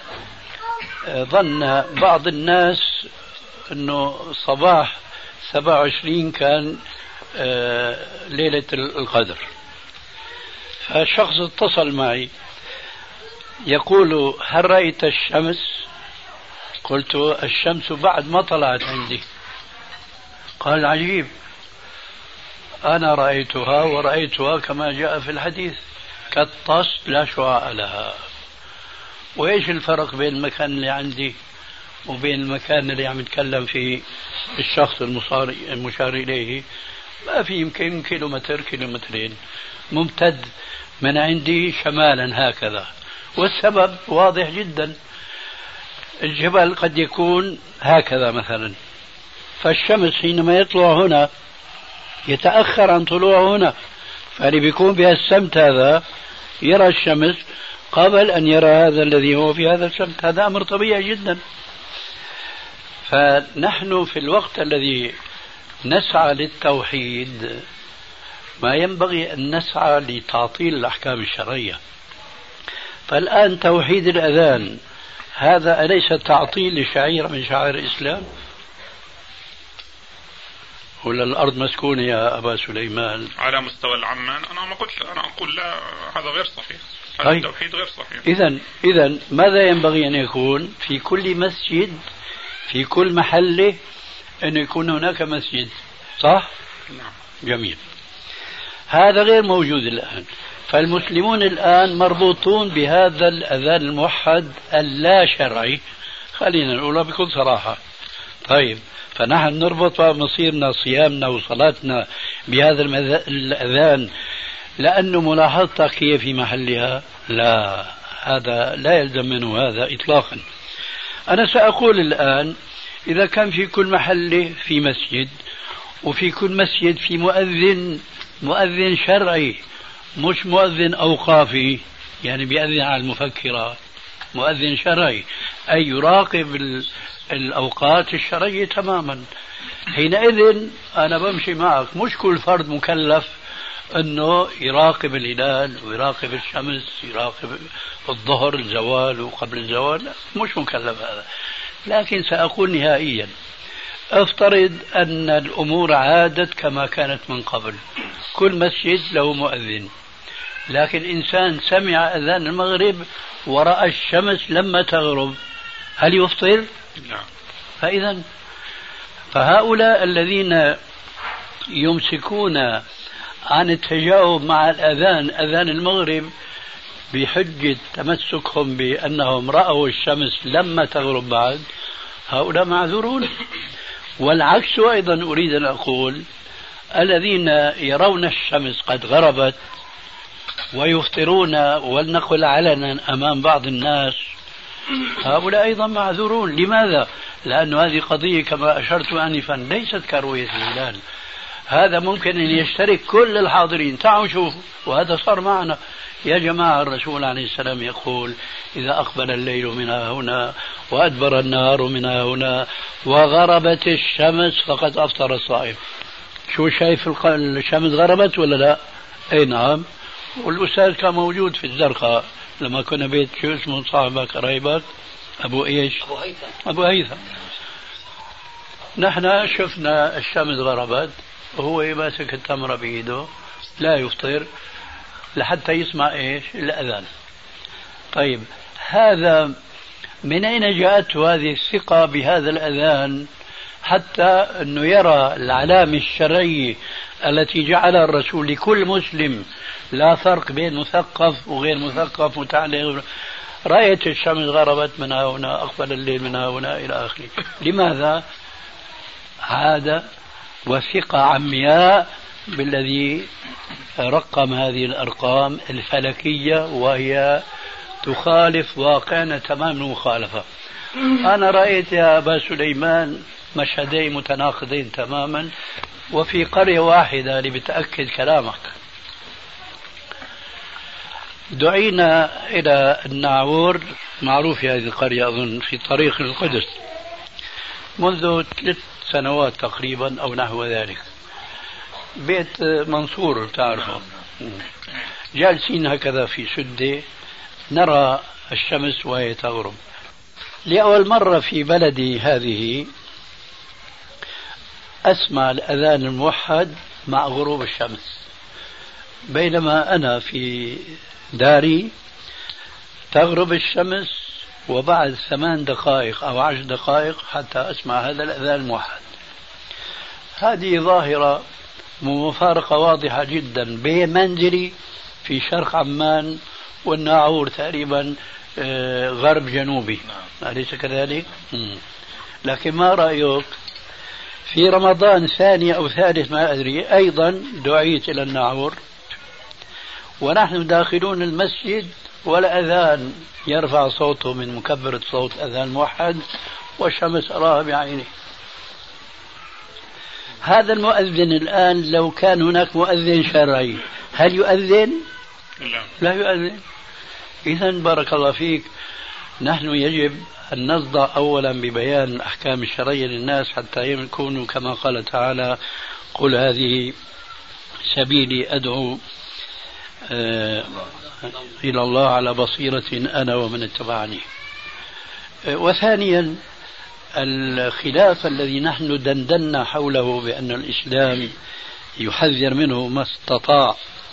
ظن بعض الناس أنه صباح 27 كان ليلة القدر، فالشخص اتصل معي يقول هل رأيت الشمس؟ قلت الشمس بعد ما طلعت عندي. قال عجيب، أنا رأيتها ورأيتها كما جاء في الحديث كالطست لا شعاع لها. وإيش الفرق بين المكان اللي عندي وبين المكان اللي عم يتكلم فيه الشخص المشار إليه؟ ما في يمكن كيلومتر كيلومترين ممتد من عندي شمالا هكذا، والسبب واضح جدا، الجبل قد يكون هكذا مثلا، فالشمس حينما يطلع هنا يتأخر عن طلوع هنا، فاللي بيكون بها السمت هذا يرى الشمس قبل أن يرى هذا الذي هو في هذا السمت، هذا أمر طبيعي جدا. فنحن في الوقت الذي نسعى للتوحيد ما ينبغي أن نسعى لتعطيل الأحكام الشرعية. فالآن توحيد الأذان هذا أليس تعطيل لشعيرة من شعائر الإسلام؟ ولا الأرض مسكونة يا أبا سليمان؟ على مستوى العمان أنا ما قلت، أنا أقول لا، هذا غير صحيح، هذا طيب. التوحيد غير صحيح. إذن ماذا ينبغي أن يكون في كل مسجد في كل محلة أن يكون هناك مسجد، صح؟ نعم. جميل، هذا غير موجود الآن. فالمسلمون الآن مربوطون بهذا الأذان الموحد اللا شرعي، خلينا نقولها بكل صراحة. طيب، فنحن نربط مصيرنا صيامنا وصلاتنا بهذا الأذان لأنه ملاحظتك هي في محلها؟ لا، هذا لا يلزم منه هذا إطلاقا. أنا سأقول الآن إذا كان في كل محلة في مسجد، وفي كل مسجد في مؤذن شرعي مش مؤذن أوقافي يعني بيأذن على المفكرة، مؤذن شرعي أي يراقب الأوقات الشرعية تماما، حينئذ أنا بمشي معك. مش كل فرد مكلف أنه يراقب الهلال ويراقب الشمس، يراقب الظهر الزوال وقبل الزوال، لا، مش مكلف هذا. لكن سأقول نهائيا افترض أن الأمور عادت كما كانت من قبل، كل مسجد له مؤذن، لكن إنسان سمع أذان المغرب ورأى الشمس لما تغرب، هل يفطر؟ نعم. فإذا فهؤلاء الذين يمسكون عن التجاوب مع الأذان، أذان المغرب، بحجة تمسكهم بأنهم رأوا الشمس لما تغرب بعد، هؤلاء معذورون. والعكس أيضا أريد أن أقول: الذين يرون الشمس قد غربت ويفطرون ولنقل علنا أمام بعض الناس، هؤلاء أيضا معذورون. لماذا؟ لأن هذه قضية كما أشرت آنفا ليست كرؤية الهلال. هذا ممكن أن يشترك كل الحاضرين. تعالوا شوفوا، وهذا صار معنا يا جماعة. الرسول عليه السلام يقول: إذا أقبل الليل من هنا وأدبر النهار من هنا وغربت الشمس فقد أفطر الصائم. شو شايف الشمس غربت ولا لا؟ أي نعم. والأستاذ كان موجود في الزرقاء لما كنا بيت شو اسمه صاحبك قريبك أبو إيش؟ أبو هيثم. نحن شفنا الشمس غربت وهو ماسك التمرة بإيده لا يفطر لحتى يسمع إيش؟ الأذان. طيب هذا من أين جاءته هذه الثقة بهذا الأذان حتى أنه يرى العلامة الشرعية التي جعلها الرسول لكل مسلم، لا فرق بين مثقف وغير مثقف متعلق؟ رأيت الشمس غربت من هنا، أقبل الليل من هنا، إلى آخره. لماذا؟ عادة وثقة عمياء بالذي رقم هذه الأرقام الفلكية وهي تخالف واقعنا تمام المخالفة. أنا رأيت يا أبا سليمان مشهدين متناقضين تماما وفي قرية واحدة لبتأكد كلامك. دعينا إلى الناعور، معروف هذه القرية أظن في طريق القدس، منذ 3 سنوات تقريبا أو نحو ذلك. بيت منصور تعرفه. جالسين هكذا في سدة نرى الشمس وهي تغرب. لأول مرة في بلدي هذه أسمع الأذان الموحد مع غروب الشمس، بينما أنا في داري تغرب الشمس وبعد 8 دقائق أو 10 دقائق حتى أسمع هذا الأذان الموحد. هذه ظاهرة مفارقة واضحة جدا بين منزلي في شرق عمان والناعور تقريبا غرب جنوبي، أليس كذلك؟ لكن ما رأيك في رمضان ثاني أو ثالث ما أدري أيضا دعيت إلى الناعور ونحن داخلون المسجد والأذان يرفع صوته من مكبرة صوت أذان موحد والشمس أراها بعيني. هذا المؤذن الآن لو كان هناك مؤذن شرعي هل يؤذن؟ لا يؤذن. إذن بارك الله فيك، نحن يجب أن نصدع أولا ببيان الأحكام الشرعية للناس حتى يكونوا كما قال تعالى: قل هذه سبيلي أدعو إلى الله على بصيرة أنا ومن اتبعني. وثانيا الخلاف الذي نحن دندنا حوله بأن الإسلام يحذر منه ما استطاع،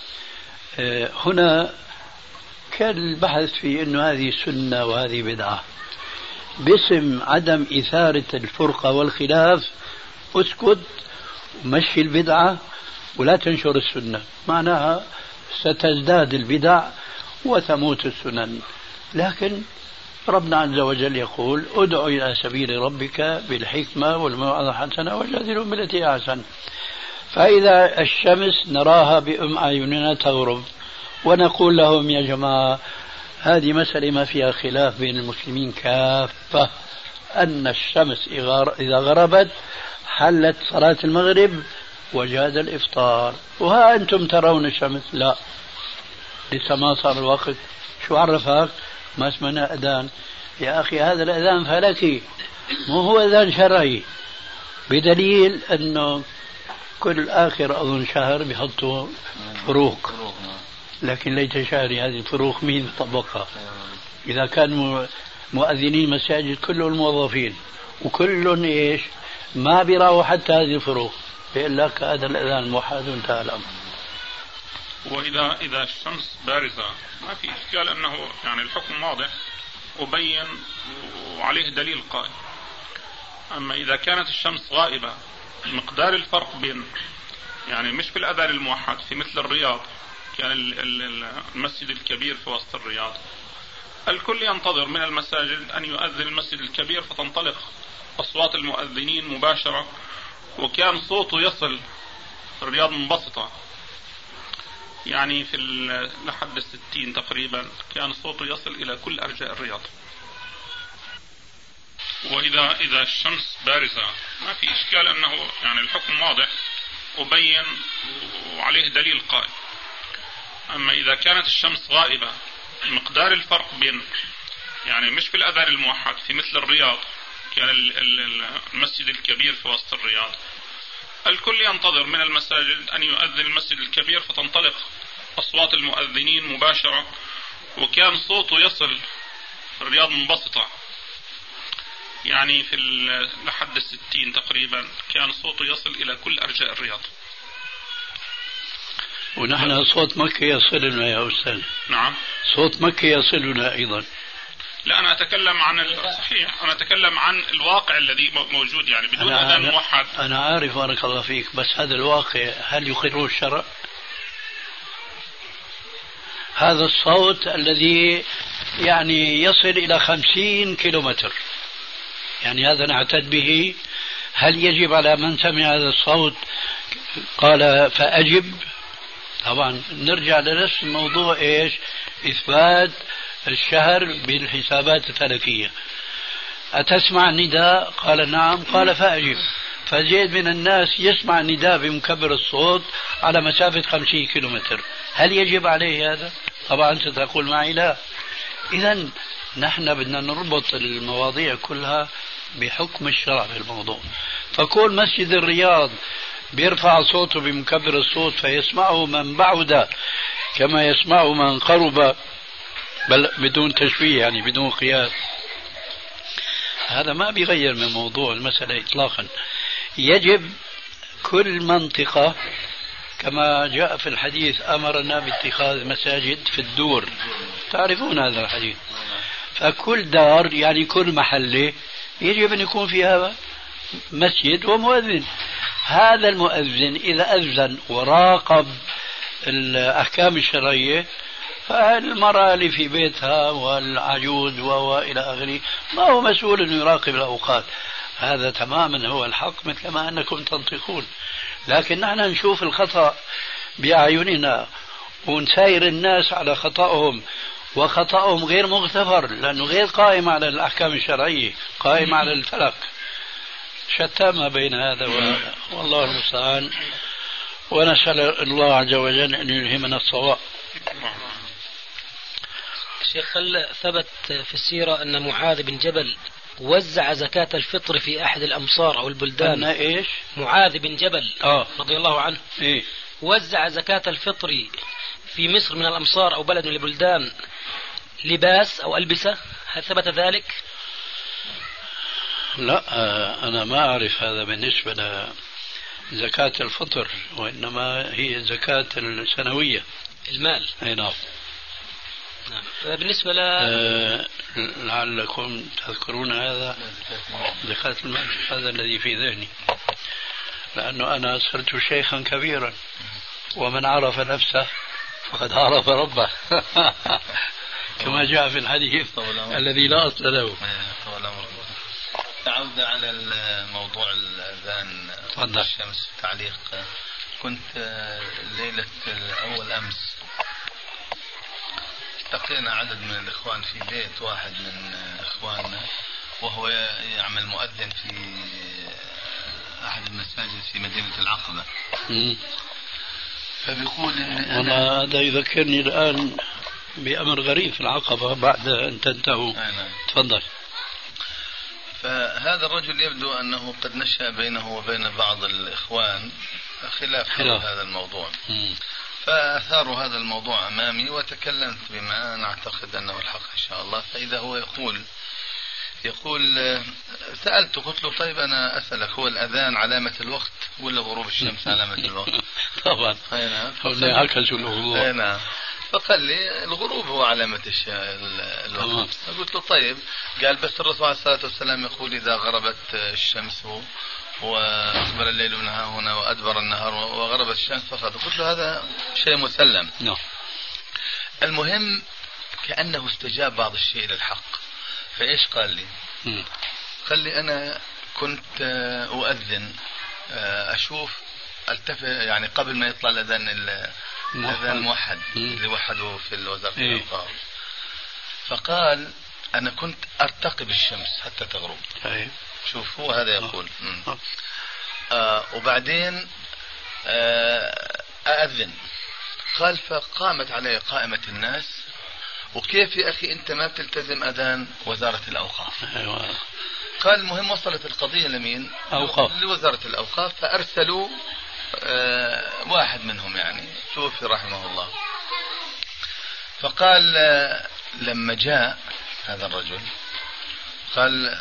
هنا كان البحث في أن هذه سنة وهذه بدعة. باسم عدم إثارة الفرقة والخلاف اسكت ومشي البدعة ولا تنشر السنة، معناها ستزداد البدع وتموت السنن. لكن ربنا عز وجل يقول: ادع إلى سبيل ربك بالحكمة والموعظة الحسنة وجادلهم بالتي أحسن. فإذا الشمس نراها بأم أعيننا تغرب ونقول لهم: يا جماعة هذه مسألة ما فيها خلاف بين المسلمين كافة، أن الشمس إذا غربت حلت صلاة المغرب وجاز الإفطار، وها أنتم ترون الشمس. لا، لسه ما صار الوقت. شو عرفك؟ ما اسمنا أذان. يا أخي هذا الأذان فلكي مو هو أذان شرعي، بدليل أنه كل آخر أظن شهر بيحطوا فروق، لكن ليت شهري هذه الفروق مين طبقها؟ إذا كان مؤذنين مساجد كلهم الموظفين وكلهم إيش ما بيراوا حتى هذه الفروق، بيقول لك هذا الأذان موحد وانتهى الأمر. وإذا الشمس بارزة ما في إشكال، أنه يعني الحكم واضح، أبين وعليه دليل قائم. أما إذا كانت الشمس غائبة مقدار الفرق بين يعني مش في الأذان الموحد في مثل الرياض كان المسجد الكبير في وسط الرياض الكل ينتظر من المساجد أن يؤذن المسجد الكبير فتنطلق أصوات المؤذنين مباشرة وكان صوته يصل الرياض منبسطة يعني في لحد 60 تقريبا كان صوته يصل إلى كل أرجاء الرياض. وإذا الشمس بارزة ما في إشكال أنه يعني الحكم واضح أبين وعليه دليل قائم. أما إذا كانت الشمس غائبة مقدار الفرق بين يعني مش في الأذان الموحد في مثل الرياض كان المسجد الكبير في وسط الرياض الكل ينتظر من المساجد أن يؤذن المسجد الكبير فتنطلق أصوات المؤذنين مباشرة وكان صوته يصل الرياض منبسطة يعني في لحد 60 تقريبا كان صوته يصل إلى كل أرجاء الرياض. ونحن صوت مكة يصلنا يا أستاذ. نعم صوت مكة يصلنا أيضا. لا أنا أتكلم عن صحيح أنا أتكلم عن الواقع الذي موجود يعني بدون أذان موحد. أنا عارف بارك الله فيك بس هذا الواقع هل يقره الشرع؟ هذا الصوت الذي يعني يصل إلى 50 كيلومتر يعني هذا نعتد به هل يجب على من سمع هذا الصوت قال فأجب؟ طبعا نرجع لنفس الموضوع إيش؟ إثبات الشهر بالحسابات الفلكية. أتسمع النداء؟ قال نعم قال فأجب. فزيد من الناس يسمع النداء بمكبر الصوت على مسافة 50 كيلومتر هل يجب عليه هذا؟ طبعا أنت تقول معي لا. إذن نحن بدنا نربط المواضيع كلها بحكم الشرع في الموضوع. فكون مسجد الرياض بيرفع صوته بمكبر الصوت فيسمعه من بعد كما يسمعه من قرب بل بدون تشبيه يعني بدون قياس هذا ما بيغير من موضوع المسألة إطلاقا. يجب كل منطقة كما جاء في الحديث أمرنا باتخاذ مساجد في الدور تعرفون هذا الحديث. فكل دار يعني كل محلة يجب أن يكون فيها مسجد ومؤذن. هذا المؤذن إذا أذن وراقب الأحكام الشرعية فالمرأة اللي في بيتها والعجوز وإلى آخره ما هو مسؤول أن يراقب الأوقات. هذا تماما هو الحق مثل ما أنكم تنطقون. لكن نحن نشوف الخطأ بأعيننا ونساير الناس على خطأهم وخطأهم غير مغتفر لأنه غير قائم على الأحكام الشرعية قائم على الفلك. شتى ما بين هذا وهذا والله المستعان ونسأل الله عز وجل أن يلهمنا الصواب. شيخ هل ثبت في السيرة أن معاذ بن جبل وزع زكاة الفطر في أحد الأمصار أو البلدان؟ إيش؟ معاذ بن جبل رضي الله عنه إيه؟ وزع زكاة الفطر في مصر من الأمصار أو بلد من البلدان لباس أو ألبسة هل ثبت ذلك؟ لا أنا ما أعرف هذا بالنسبة لزكاة الفطر وإنما هي زكاة السنوية المال. أي نعم. بالنسبة لعلكم تذكرون هذا زكاة المال هذا الذي في ذهني لأنه أنا صرت شيخا كبيرا ومن عرف نفسه فقد عرف ربه كما جاء في الحديث الذي لا أصل له. تعود على الموضوع الأذان الشمس تعليق. كنت ليلة أول أمس التقينا عدد من الإخوان في بيت واحد من إخواننا وهو يعمل مؤذن في أحد المساجد في مدينة العقبة. فبيقول إن هذا يذكرني الآن بأمر غريب في العقبة بعد أن تنتهوا. تفضل. فهذا الرجل يبدو أنه قد نشأ بينه وبين بعض الإخوان خلاف هذا الموضوع. فأثاروا هذا الموضوع أمامي وتكلمت بما نعتقد أنه الحق إن شاء الله. فإذا هو يقول سألته قلت له طيب أنا أسألك هو الأذان علامة الوقت ولا غروب الشمس علامة الوقت؟ طبعا. نعم. عكسوا الأمور. نعم. فقال لي الغروب هو علامة الوقت. قلت له طيب. قال بس الرسول عليه الصلاة والسلام يقول إذا غربت الشمس وأقبل الليل من ها هنا وأدبر النهار وغربت الشمس فقط. قلت له هذا شيء مسلم. المهم كأنه استجاب بعض الشيء للحق. فإيش قال لي؟ قال لي أنا كنت أؤذن أشوف التفت يعني قبل ما يطلع الأذان الموحد اللي وحدوه في وزارة الأوقاف. فقال أنا كنت أرتقب الشمس حتى تغرب. شوف هو هذا يقول. وبعدين أأذن. قال فقامت علي قائمة الناس وكيف يا أخي أنت ما بتلتزم أذان وزارة الأوقاف؟ قال المهم وصلت القضية لمين؟ لوزارة الأوقاف. فأرسلوا واحد منهم يعني توفي رحمه الله. فقال لما جاء هذا الرجل قال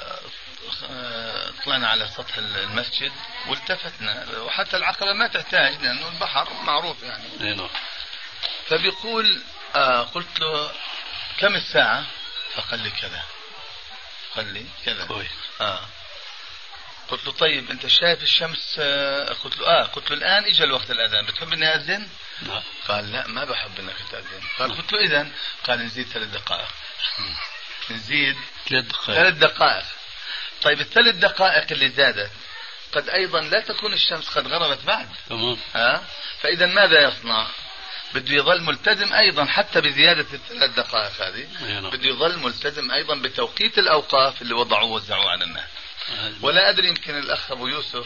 طلعنا على سطح المسجد والتفتنا وحتى العقبة ما تحتاج لأنه البحر معروف يعني. فبيقول قلت له كم الساعة؟ فقال لي كذا. قال لي كذا. قلت له طيب انت شايف الشمس؟ قلت له قلت له الآن اجى الوقت الأذان بتحب اني أذن؟ قال لا ما بحب انك تأذن. قال قلت له إذن؟ قال نزيد 3 دقائق. نزيد 3 دقائق. طيب ال3 دقائق اللي زادت قد أيضا لا تكون الشمس قد غربت بعد. فإذا ماذا يصنع؟ بده يظل ملتزم أيضا حتى بزيادة ال3 دقائق هذه. بده يظل ملتزم أيضا بتوقيت الأوقاف اللي وضعوه ووزعوه على الناس. ولا أدري يمكن الأخ أبو يوسف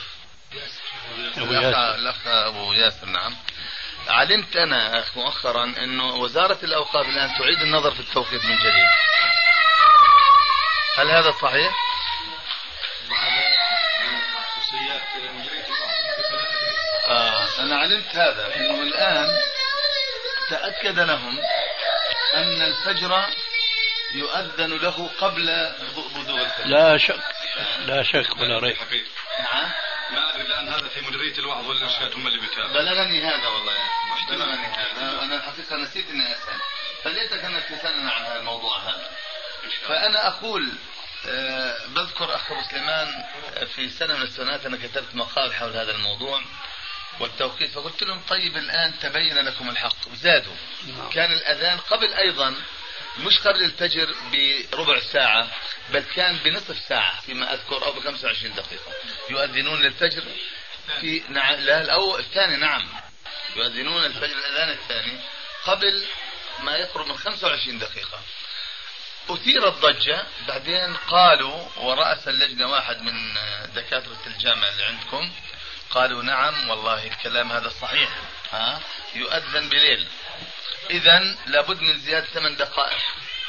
الأخ أبو ياسر نعم. علمت أنا مؤخرا أنه وزارة الأوقاف الآن تعيد النظر في التوقيت من جديد. هل هذا صحيح؟ أنا علمت هذا أنه الآن تأكد لهم أن الفجر يؤذن له قبل بزوغ الفجر. لا شك ولا ريب. نعم. ما أدري الآن هذا في مديرية الوعظ والإرشاد هم اللي بيتابعوا. بلغني هذا والله بلغني هذا. أنا الحقيقة نسيت إني أسأل. فليتك أنك تسألنا عن هذا الموضوع هذا. فأنا أقول بذكر أخ أبو سليمان في سنة من السنوات أنا كتبت مقال حول هذا الموضوع والتوقيت. فقلت لهم طيب الآن تبين لكم الحق وزادوا. كان الأذان قبل أيضا مش قبل الفجر بربع ساعة بل كان بنصف ساعة فيما أذكر أو ب25 دقيقة يؤذنون للفجر في الثاني نعم يؤذنون الفجر الأذان الثاني قبل ما يقرب من 25 دقيقة. أثيرت ضجة. بعدين قالوا ورأس اللجنة واحد من دكاترة الجامعة اللي عندكم قالوا نعم والله الكلام هذا صحيح يؤذن بليل. إذن لابد من زيادة 8 دقائق.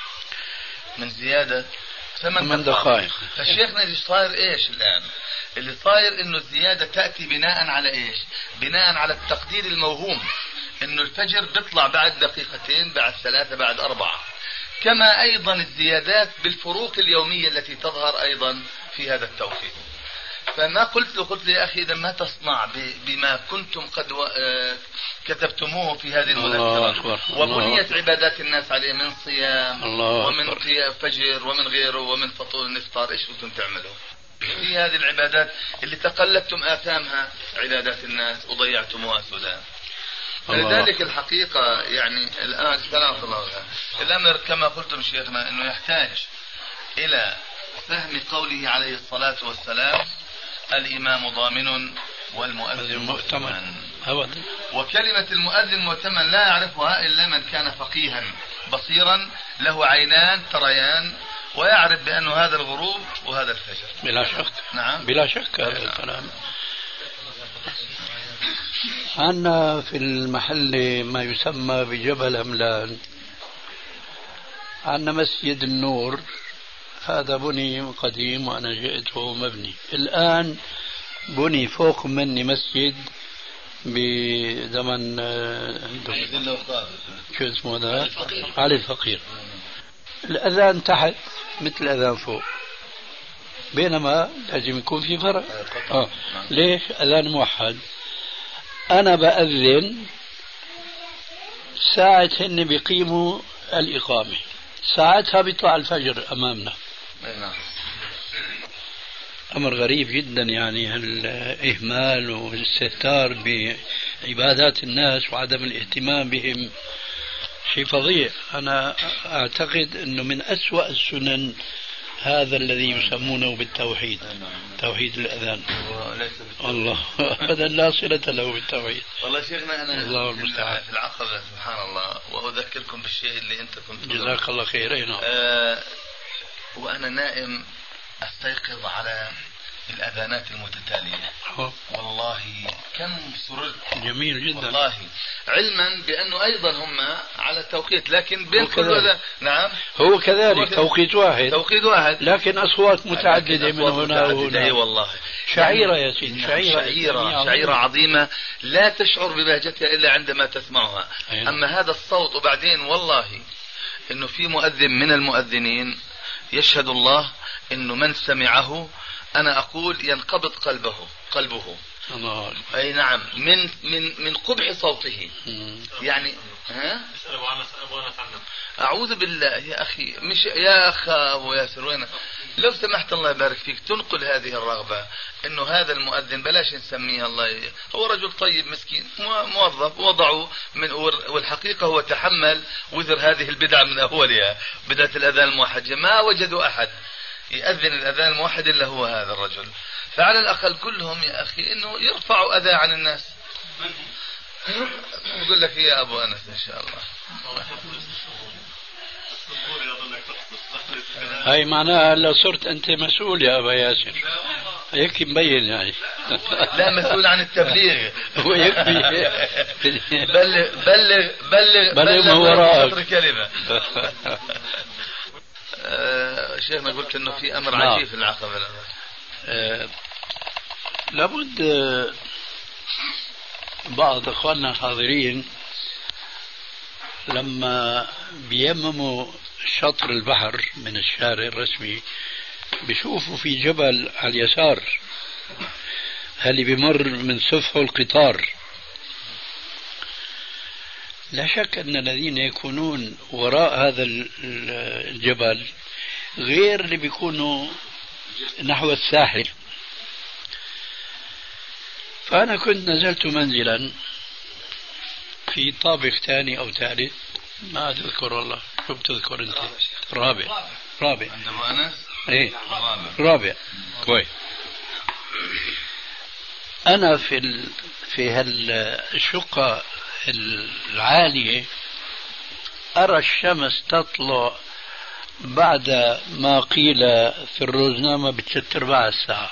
من زيادة 8 دقائق. فالشيخنا اللي صاير إيش الآن؟ اللي صاير إنه الزيادة تأتي بناء على إيش؟ بناء على التقدير الموهوم إنه الفجر بيطلع بعد دقيقتين بعد 3 بعد 4. كما أيضا الزيادات بالفروق اليومية التي تظهر أيضا في هذا التوقيت. فما قلت له يا أخي إذا ما تصنع بما كنتم قد كتبتموه في هذه المذكرة وبنيت عبادات الناس عليه من صيام ومن فجر ومن غيره ومن فطور الإفطار إيش كنتم تعملوا في هذه العبادات اللي تقلدتم آثامها عبادات الناس وضيعتموها سدى. فلذلك الحقيقة يعني الآن سلام الله الأمر كما قلتم شيخنا أنه يحتاج إلى فهم قوله عليه الصلاة والسلام الإمام ضامن والمؤذن مؤتمن. وكلمة المؤذن مؤتمن لا يعرفها إلا من كان فقيها بصيرا له عينان تريان ويعرف بأنه هذا الغروب وهذا الفجر. بلا شك. نعم بلا شك هذا الكلام. عندنا في المحل ما يسمى بجبل أملان عندنا مسجد النور. هذا بني قديم وأنا جئت وهو مبني. الآن بني فوق مني مسجد بزمن شو اسمه هذا علي الفقير. الأذان تحت مثل الأذان فوق بينما لازم يكون في فرق. ليش؟ أذان موحد. أنا بأذن ساعة هن بيقيموا الإقامة، ساعتها بيطلع الفجر أمامنا. أمر غريب جدا يعني الإهمال والاستهتار بعبادات الناس وعدم الاهتمام بهم شيء فظيع. أنا أعتقد أنه من أسوأ السنن هذا الذي يسمونه بالتوحيد، توحيد الأذان. الله أبدا لا صلة له بالتوحيد. والله شيخنا أنا الله المستعان في العقبة سبحان الله، وأذكركم بالشيء اللي أنت كنت جزاك الله خير. وأنا نائم أستيقظ على الأذانات المتتالية. والله كم سررت. جميل جدا والله، علما بأنه أيضا هم على التوقيت، لكن بين كل نعم هو كذلك توقيت واحد لكن أصوات متعددة من هنا وهنا. والله شعيرة يا سيدي، شعيرة عظيمة لا تشعر ببهجتها إلا عندما تسمعها. أما هذا الصوت، وبعدين والله إنه في مؤذن من المؤذنين يشهد الله إنه من سمعه أنا أقول ينقبض قلبه. الله. أي نعم، من قبح صوته. يعني أعوذ بالله يا أخي، مش يا أخ أبو ياسر وين، لو سمحت الله يبارك فيك تنقل هذه الرغبة إنه هذا المؤذن بلاش نسميه الله، هو رجل طيب مسكين موظف وضعه من، والحقيقة هو تحمل وزر هذه البدعة من أولها، بدعة الأذان الموحد. ما وجدوا أحد يأذن الأذان الموحد إلا هو هذا الرجل. فعلى الأقل كلهم يا أخي إنه يرفعوا أذى عن الناس. أقول لك يا أبو أنس إن شاء الله. هاي معناها هلا صرت أنت مسؤول يا أبا ياسر، هيك مبين يعني. لا، مسؤول عن التبليغ. هو يكفي. بلغ ما وراءك كلمة. شيخنا قلت انه في امر عجيب في العقبة. لابد بعض اخواننا الحاضرين لما بيمموا شطر البحر من الشارع الرسمي بيشوفوا في جبل على اليسار اللي بمر من سفحه القطار. لا شك أن الذين يكونون وراء هذا الجبل غير اللي بيكونوا نحو الساحل. فأنا كنت نزلت منزلا في طابق ثاني أو ثالث، ما أذكر والله، شو بتذكر أنت؟ رابع. عند أبو أنس؟ إيه رابع. كويس. أنا في هالشقة العالية أرى الشمس تطلع بعد ما قيل في الروزنامة ب3/4 الساعة.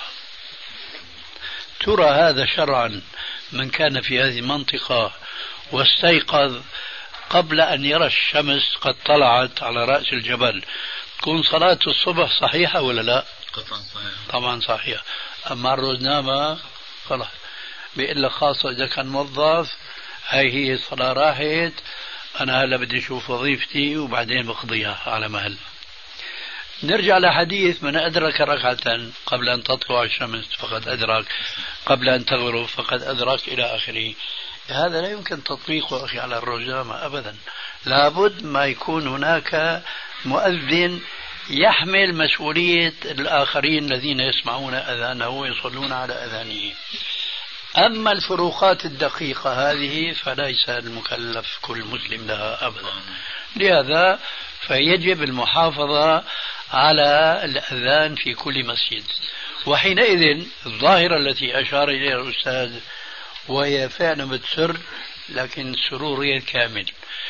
ترى هذا شرعا من كان في هذه المنطقة واستيقظ قبل أن يرى الشمس قد طلعت على رأس الجبل تكون صلاة الصبح صحيحة ولا لا؟ طبعا صحيحة. أما الروزنامة خلاص بيقول لك خاصة إذا كان موظف هاي هي الصلاة راحت، أنا هلا بدي أشوف وظيفتي وبعدين بقضيها على مهل. نرجع لحديث من أدرك ركعة قبل أن تطلع الشمس فقد أدرك، قبل أن تغرب فقد أدرك، إلى آخره. هذا لا يمكن تطبيقه أخي على الروزنامة أبدا. لابد ما يكون هناك مؤذن يحمل مسؤولية الآخرين الذين يسمعون أذانه ويصلون على أذانه. أما الفروقات الدقيقة هذه فليس المكلف كل مسلم لها أبدا. لهذا فيجب المحافظة على الأذان في كل مسجد. وحينئذ الظاهرة التي أشار إليها الأستاذ وهي فعلا بتسر، لكن السرور غير كامل.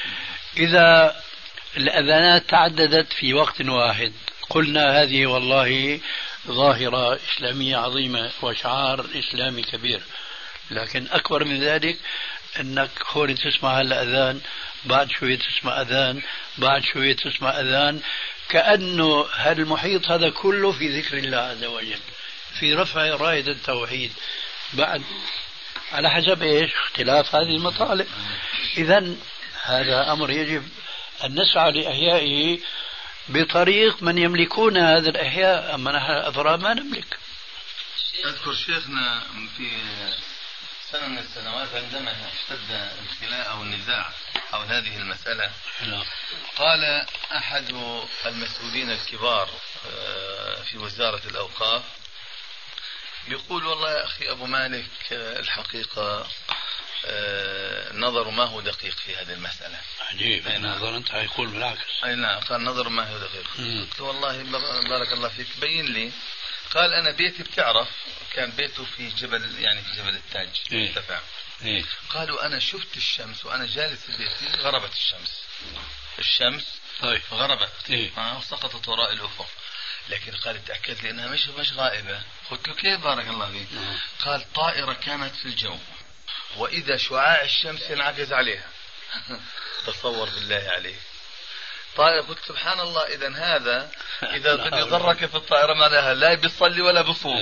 إذا الأذانات تعددت في وقت واحد قلنا هذه والله ظاهرة إسلامية عظيمة وشعار إسلامي كبير، لكن أكبر من ذلك أنك هون تسمع الأذان، بعد شوية تسمع أذان، بعد شوية تسمع أذان، كأنه هالمحيط هذا كله في ذكر الله عز وجل، في رفع راية التوحيد، بعد على حسب إيش اختلاف هذه المطالب. إذن هذا أمر يجب أن نسعى لإحيائه بطريق من يملكون هذا الإحياء، أما نحن الأفراد ما نملك. أذكر شيخنا في سنة من السنوات عندما اشتد الخلاف أو النزاع حول هذه المسألة، قال أحد المسؤولين الكبار في وزارة الأوقاف يقول: والله يا أخي أبو مالك الحقيقة نظر ما هو دقيق في هذه المسألة. عجيب. نظر أنت هيقول بالعكس. أي نعم، قال نظر ما هو دقيق. قلت والله بارك الله فيك، بين لي. قال أنا بيتي بتعرف كان بيته في جبل، يعني في جبل التاج مرتفع. قالوا أنا شفت الشمس وأنا جالس في بيتي، غربت الشمس غربت وسقطت وراء الأفق، لكن قال تأكد لي أنها مش غائبة. قلت له كيف بارك الله فيك؟ قال طائرة كانت في الجو وإذا شعاع الشمس ينعكس عليها. تصور بالله عليك طائرة. قلت سبحان الله، إذا هذا إذا بدي يضرك في الطائرة معناها لا بيصلي ولا بصوم.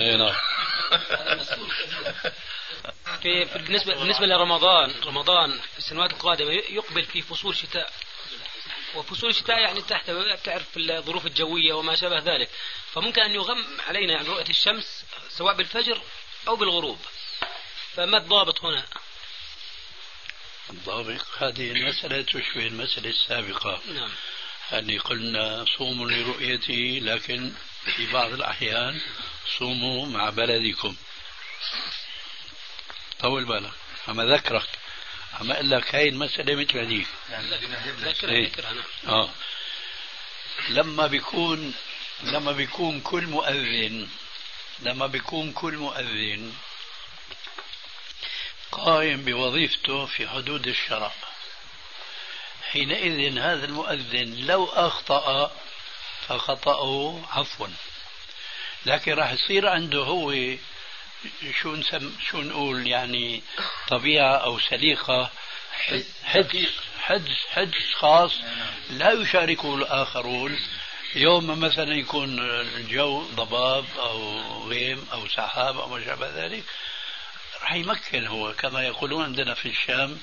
بالنسبة لرمضان في السنوات القادمة يقبل في فصول شتاء، وفصول الشتاء يعني تعرف الظروف الجوية وما شابه ذلك، فممكن أن يغم علينا يعني رؤية الشمس سواء بالفجر أو بالغروب، فما الضابط هنا؟ الضابط هذه المسألة تشبه المسألة السابقة. نعم. اللي قلنا صوموا لرؤيته، لكن في بعض الأحيان صوموا مع بلدكم. طول بالك، عم أذكرك، عم أقول لك هاي المسألة مثل هذيك. لما بيكون كل مؤذن قائم بوظيفته في حدود الشرع، حينئذ هذا المؤذن لو أخطأ فخطأه عفوا، لكن راح يصير عنده هو شو نقول يعني طبيعة أو سليقة، حدس خاص لا يشاركه الآخرون. يوم مثلا يكون الجو ضباب أو غيم أو سحاب أو ما شابه ذلك، راح يمكن هو كما يقولون عندنا في الشام.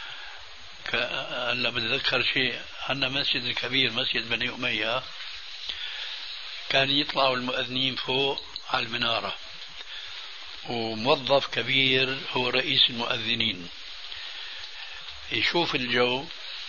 هلا بتذكر شيء، عندنا مسجد الكبير مسجد بني أمية، كان يطلعوا المؤذنين فوق على المنارة، وموظف كبير هو رئيس المؤذنين يشوف الجو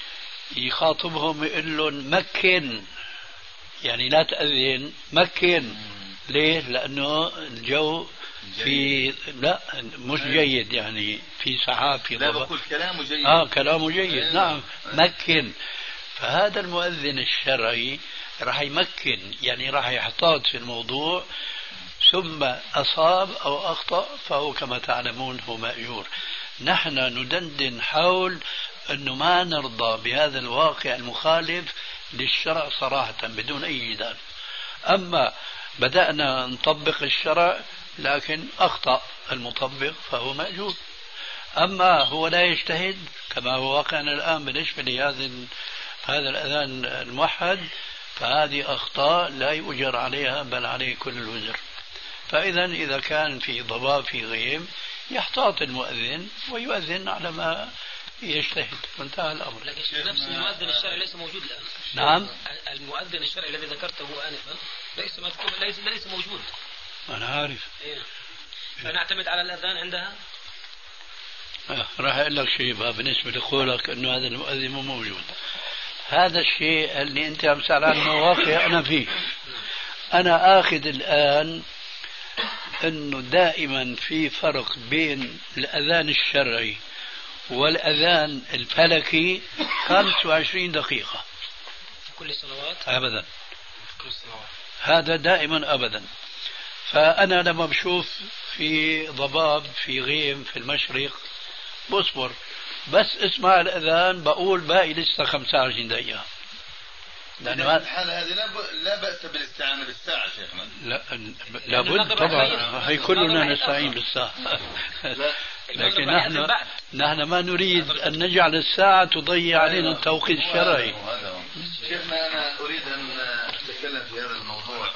يخاطبهم يقول لهم مكن، يعني لا تأذن، مكن. ليه؟ لأنه الجو في لا مش جيد، يعني في سحاب في ضباب. لا بقول كلامه جيد. كلامه جيد. نعم مكن. فهذا المؤذن الشرعي راح يمكن، يعني راح يحتاط في الموضوع، ثم أصاب أو أخطأ فهو كما تعلمون هو مأجور. نحن ندندن حول أنه ما نرضى بهذا الواقع المخالف للشرع صراحة بدون أي جدال. أما بدأنا نطبق الشرع لكن أخطأ المطبق فهو مأجور. أما هو لا يجتهد كما هو واقعنا الآن بالنسبة هذا الأذان الموحد، فهذه أخطاء لا يؤجر عليها بل عليه كل الوزر. إذا كان في ضباب في غيم يحتاط المؤذن ويؤذن على ما يجتهد وانتهى الأمر. لكن نفس المؤذن الشرعي ليس موجود الآن. نعم. المؤذن الشرعي الذي ذكرته آنفا ليس موجود. أنا عارف. فنعتمد على الأذان عندها. راح أقول لك شيء بالنسبة لقولك أنه هذا المؤذن مو موجود. هذا الشيء اللي أنت عم تسأل عنه واقع أنا فيه. أنا آخذ الآن أنه دائما في فرق بين الأذان الشرعي والأذان الفلكي 25 دقيقة في كل السنوات أبدا، كل السنوات هذا دائما أبدا. فأنا لما بشوف في ضباب في غيم في المشرق بصبر، بس اسمع الأذان بقول باقي لسه 25 دقيقة. لأنه الحالة هذه لا بأس بالاستعانة بالساعة شيخنا. لابد طبعا، هي كلنا نستعين بالساعة. لكن نحن ما نريد أن نجعل الساعة تضيع علينا التوقيت الشرعي. شيخنا أنا أريد أن أتكلم في هذا الموضوع.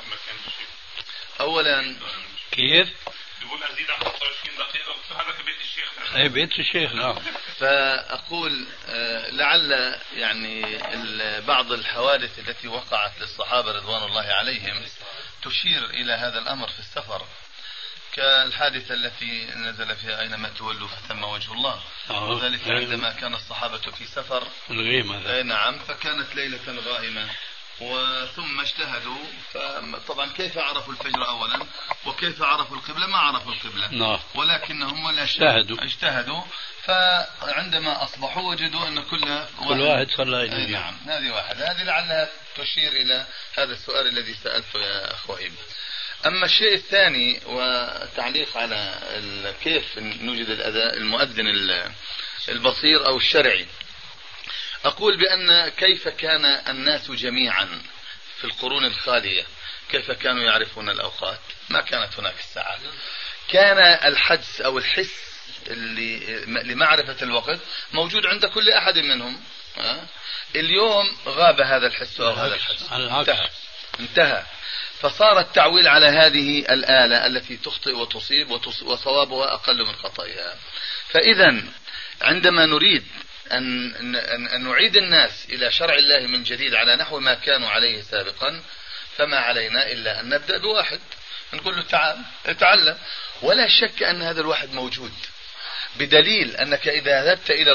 أولا كيف؟ يقول أزيد عن 25 دقيقة، هذا في بيت الشيخ. أي بيت الشيخ. نعم. فأقول لعل يعني بعض الحوادث التي وقعت للصحابة رضوان الله عليهم تشير إلى هذا الأمر في السفر. كالحادثة التي نزل فيها أينما تولوا فثم وجه الله، وذلك عندما كان الصحابة في سفر الغيمة. نعم، فكانت ليلة غائمة وثم اجتهدوا، فطبعا كيف عرفوا الفجر أولا وكيف عرفوا القبلة؟ ما عرفوا القبلة ولكنهم ولا اجتهدوا، فعندما أصبحوا وجدوا أن كل واحد صلى إليه. نعم، هذه واحدة، هذه لعلها تشير إلى هذا السؤال الذي سألته يا أخوي. أما الشيء الثاني وتعليق على كيف نوجد المؤذن البصير أو الشرعي، أقول بأن كيف كان الناس جميعا في القرون الخالية كيف كانوا يعرفون الأوقات؟ ما كانت هناك الساعات، كان الحدس أو الحس لمعرفة الوقت موجود عند كل أحد منهم. اليوم غاب هذا الحس أو هذا الحدس، انتهى. فصار التعويل على هذه الآلة التي تخطئ وتصيب وصوابها أقل من خطئها. فإذا عندما نريد أن نعيد الناس إلى شرع الله من جديد على نحو ما كانوا عليه سابقا، فما علينا إلا أن نبدأ بواحد، نقول له تعال اتعلم. ولا شك أن هذا الواحد موجود، بدليل أنك إذا ذهبت إلى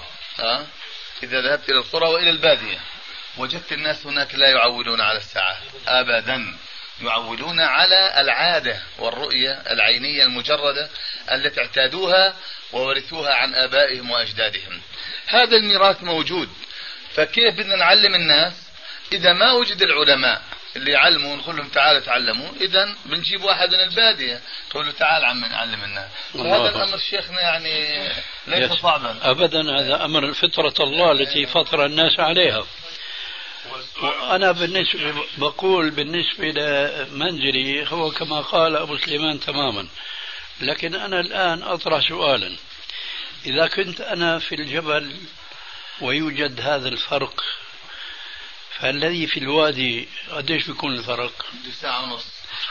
القرى وإلى البادية وجدت الناس هناك لا يعولون على الساعات أبدا، يعولون على العادة والرؤية العينية المجردة التي اعتادوها وورثوها عن آبائهم وأجدادهم. هذا الميراث موجود، فكيف بدنا نعلم الناس إذا ما وجد العلماء اللي يعلموا؟ نقول لهم تعالوا تعلموا، إذن بنجيب واحد من البادية نقول له تعال عم نعلم الناس. وهذا الأمر شيخنا يعني ليس صعبا أبدا، هذا أمر فطرة الله التي فطر الناس عليها. وأنا بقول بالنسبة لمنزلي هو كما قال أبو سليمان تماما، لكن أنا الآن أطرح سؤالا: إذا كنت أنا في الجبل ويوجد هذا الفرق، فالذي في الوادي قديش بيكون الفرق؟ ساعة ونص.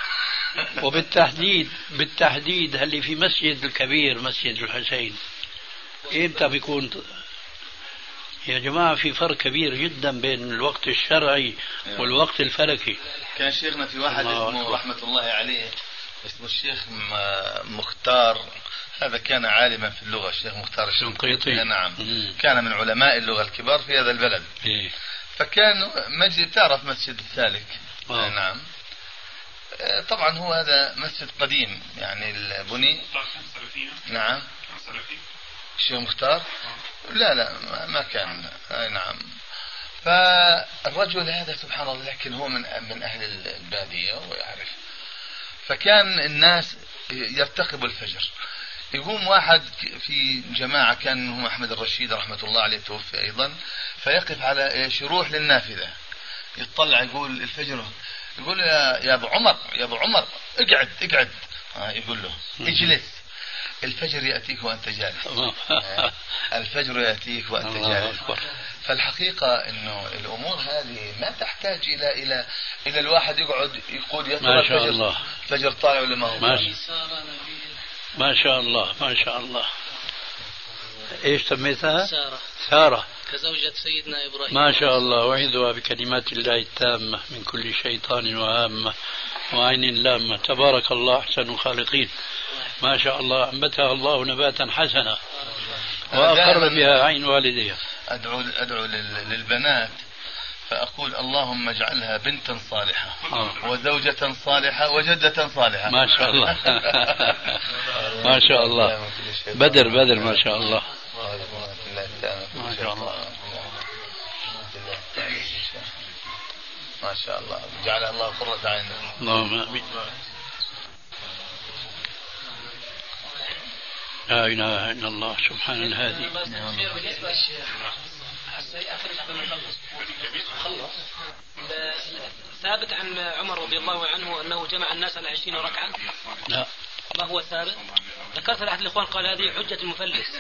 بالتحديد هل في مسجد الكبير مسجد الحسين إمتى بيكون؟ يا جماعة في فرق كبير جدا بين الوقت الشرعي والوقت الفلكي. كان شيخنا في واحد اسمه رحمة الله عليه، اسمه الشيخ مختار، هذا كان عالما في اللغة، الشيخ مختار الشنقيطي. نعم، كان من علماء اللغة الكبار في هذا البلد. فكان مسجد، تعرف مسجد السالك؟ نعم، طبعا هو هذا مسجد قديم يعني البني. نعم، الشيخ مختار لا ما كان. نعم. فالرجل هذا سبحان الله، لكن هو من أهل البادية ويعرف. فكان الناس يرتقب الفجر، يقوم واحد في جماعة كان هو أحمد الرشيد رحمة الله عليه توفي أيضا، فيقف على يروح للنافذة يطلع يقول الفجر، يقول يا أبو عمر اقعد. يقول له اجلس، الفجر يأتيك وأنت جالس. الفجر يأتيك وأنت جالس. فالحقيقة إنه الأمور هذه ما تحتاج إلى الواحد يقعد يقول يا ترى الفجر طالع ولا ما هو؟ ما شاء الله. إيش سميتها؟ سارة كزوجة سيدنا إبراهيم. ما شاء الله. وعيذها بكلمات الله التامة من كل شيطان وهامة وعين لامة. تبارك الله أحسن الخالقين. ما شاء الله، أنبتها الله نباتا حسنا وأقر بها عين والديها. أدعو للبنات فأقول اللهم اجعلها بنتا صالحة وزوجة صالحة وجدة صالحة. ما شاء الله. ما شاء الله. بدر ما شاء الله. ما شاء الله. ما شاء الله، جعل الله قرة عين. اللهم آمين. لا إله إلا الله سبحان الهادي. ثابت عن عمر رضي الله عنه أنه جمع الناس على 20 ركعة؟ لا. ما هو ثابت؟ ذكرت لأحد الإخوان قال هذه حجة المفلس.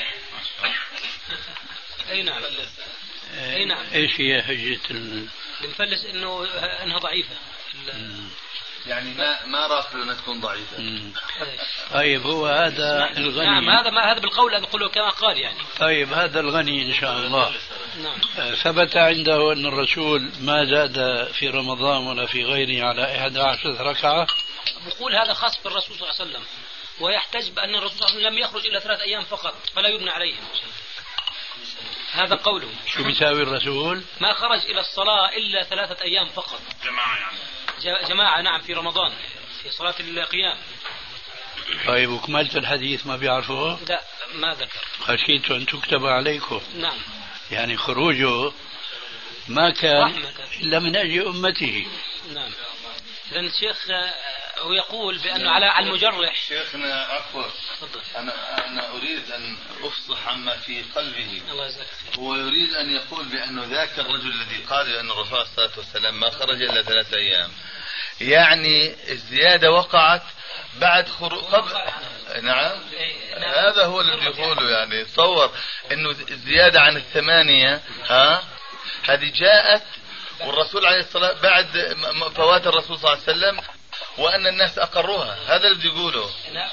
أي نعم. إيش هي حجة المفلس؟ إنها ضعيفة. يعني ما راسله أنها تكون ضعيفة. طيب هو هذا الغني. نعم، هذا بالقول أقول كما قال يعني. طيب هذا الغني إن شاء الله. نعم. ثبت عنده أن الرسول ما زاد في رمضان ولا في غيره على 11 ركعة. بقول هذا خاص بالرسول صلى الله عليه وسلم، ويحتج بأن الرسول صلى الله عليه وسلم لم يخرج إلا 3 أيام فقط فلا يبنى عليهم. هذا قوله. شو بيساوي الرسول؟ ما خرج إلى الصلاة إلا 3 أيام فقط. جماعة يعني. جماعة نعم في رمضان في صلاة القيام. طيب وكملت الحديث ما بيعرفوه؟ لا ما ذكر. خشيت أن تكتب عليكم. نعم. يعني خروجه ما كان إلا من أجل أمته. نعم. إذا الشيخ هو يقول بأنه على المجرح. شيخنا عفوا أنا أريد أن أفصح عما في قلبه. الله يجزاك خير. هو يريد أن يقول بأنه ذاك الرجل الذي قال أن الرسول صلى الله عليه وسلم ما خرج إلا 3 أيام، يعني الزيادة وقعت بعد خروج نعم هذا هو الذي يقوله. يعني تصور أنه الزيادة عن 8 هذه جاءت والرسول عليه الصلاة بعد فوات الرسول صلى الله عليه وسلم وأن الناس أقروها. هذا اللي يقوله.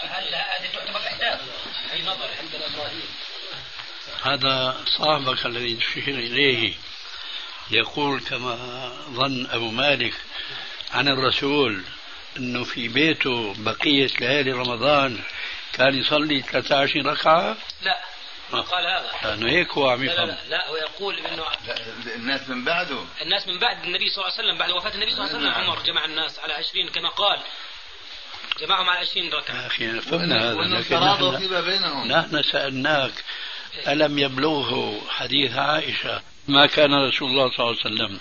هذا صاحبك الذي تشير إليه يقول كما ظن أبو مالك عن الرسول أنه في بيته بقية ليالي رمضان كان يصلي 13 ركعة. لا ما قال هذا. لأنه هيك هو عم يفهم. لا هو يقول إنه الناس من بعده، الناس من بعد النبي صلى الله عليه وسلم، بعد وفاة النبي صلى الله عليه وسلم عمر جمع الناس على 20 كما قال، جمعهم على 20 ركعة. يا أخي فهمنا هذا، نحن سألناك ألم يبلغه حديث عائشة ما كان رسول الله صلى الله عليه وسلم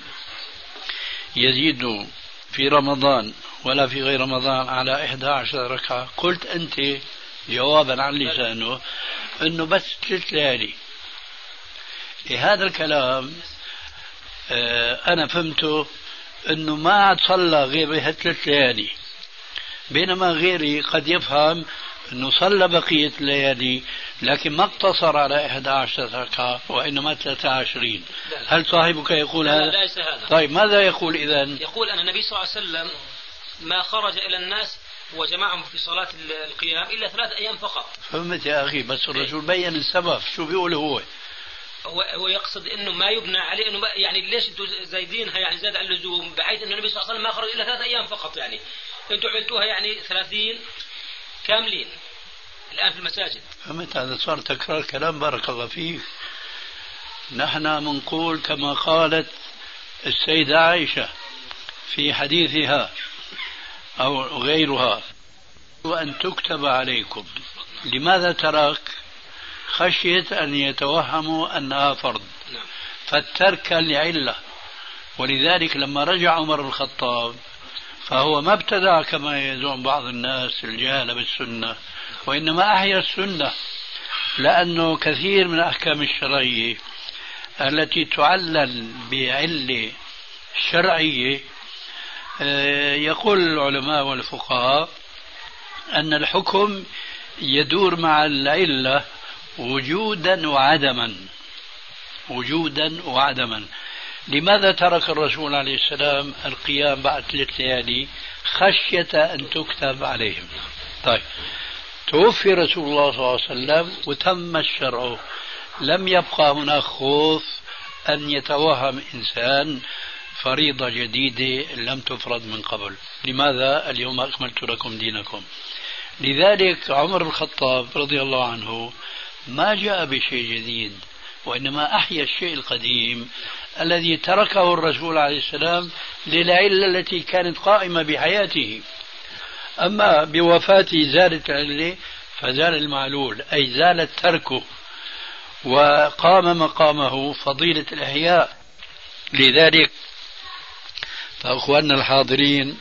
يزيد في رمضان ولا في غير رمضان على 11 ركعة؟ قلت أنت جوابا عن لسانه أنه بس 3 ليالي. هذا الكلام أنا فهمته أنه ما عاد صلى غير بها 3 ليالي، بينما غيري قد يفهم أنه صلى بقية الليالي لكن ما اقتصر على 11 ركعة وإنما 23. هل صاحبك يقول هذا؟ لا ليس هذا. طيب ماذا يقول إذن؟ يقول أن النبي صلى الله عليه وسلم ما خرج إلى الناس وجمعهم في صلاة القيام إلا 3 أيام فقط. فهمت يا أخي، بس الرسول بيّن السبب. شو بيقول هو يقصد انه ما يبنى عليه انه يعني ليش انتم زايدينها يعني زاد عن اللزوم، بحيث انه النبي صلى الله عليه وسلم ما خرج الا 3 ايام فقط، يعني انتم عملتوها يعني 30 كاملين الان في المساجد. فهمت؟ هذا صار تكرار كلام. بارك الله فيك. نحن منقول كما قالت السيدة عائشة في حديثها او غيرها وان تكتب عليكم. لماذا ترك؟ خشية أن يتوهموا أنها فرض، فالترك لعلة. ولذلك لما رجع عمر الخطاب فهو ما ابتدع كما يزعم بعض الناس الجهل بالسنة، وإنما أحيا السنة، لأنه كثير من الأحكام الشرعية التي تعلل بعلة شرعية يقول العلماء والفقهاء أن الحكم يدور مع العلة وجودا وعدما. لماذا ترك الرسول عليه السلام القيام بعد 3 ليالي؟ خشية أن تكتب عليهم. طيب توفي رسول الله صلى الله عليه وسلم وتم الشرع، لم يبقى هناك خوف أن يتوهم إنسان فريضة جديدة لم تفرض من قبل. لماذا؟ اليوم أكملت لكم دينكم. لذلك عمر الخطاب رضي الله عنه ما جاء بشيء جديد، وإنما أحيا الشيء القديم الذي تركه الرسول عليه السلام للعلة التي كانت قائمة بحياته. أما بوفاته زالت العلة فزال المعلول، أي زال الترك وقام مقامه فضيلة الإحياء. لذلك فأخواننا الحاضرين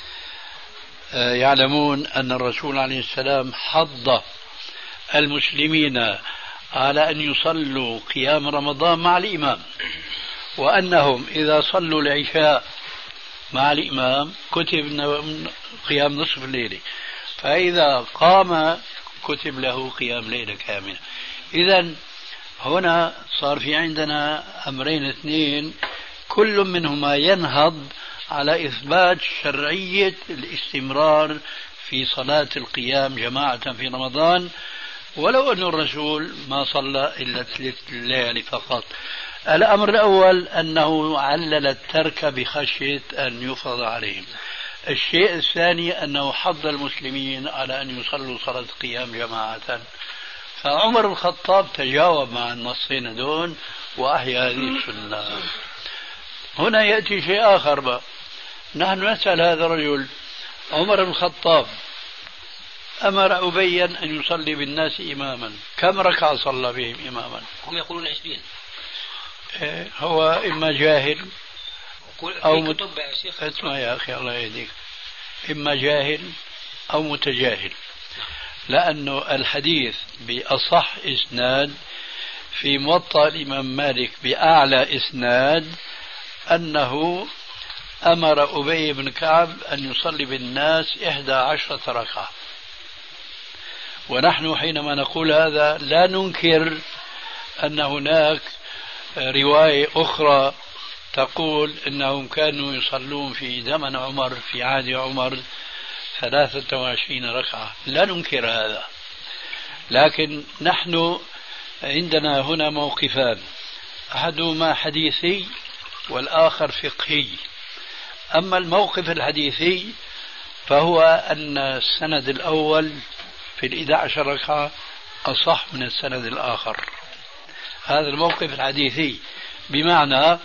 يعلمون أن الرسول عليه السلام حض المسلمين على أن يصلوا قيام رمضان مع الإمام، وأنهم إذا صلوا العشاء مع الإمام كتب قيام نصف الليل، فإذا قام كتب له قيام ليلة كاملة. إذن هنا صار في عندنا أمرين 2 كل منهما ينهض على إثبات شرعية الاستمرار في صلاة القيام جماعة في رمضان، ولو أن الرسول ما صلى إلا 3 ليالي فقط. الأمر الأول أنه علل الترك بخشية أن يفرض عليهم. الشيء الثاني أنه حض المسلمين على أن يصلوا صلاة قيام جماعة، فعمر الخطاب تجاوب مع النصين هذول وأحيا هذه السنة. هنا يأتي شيء آخر بقى. نحن نسأل هذا الرجل عمر بن الخطاب أمر أبيا أن يصلي بالناس إماما، كم ركعة صلى بهم إماما؟ هم يقولون 20. هو إما جاهل أو اسمع يا أخي الله يهديك، إما جاهل أو متجاهل، لأنه الحديث بأصح إسناد في موطأ الإمام مالك بأعلى إسناد أنه أمر أبي بن كعب أن يصلي بالناس 11 ركعة. ونحن حينما نقول هذا لا ننكر أن هناك رواية أخرى تقول إنهم كانوا يصلون في زمن عمر في عهد عمر 23 ركعة، لا ننكر هذا، لكن نحن عندنا هنا موقفان، أحدهما حديثي والآخر فقهي. أما الموقف الحديثي فهو أن السند الأول في 11 ركعة أصح من السند الآخر. هذا الموقف الحديثي، بمعنى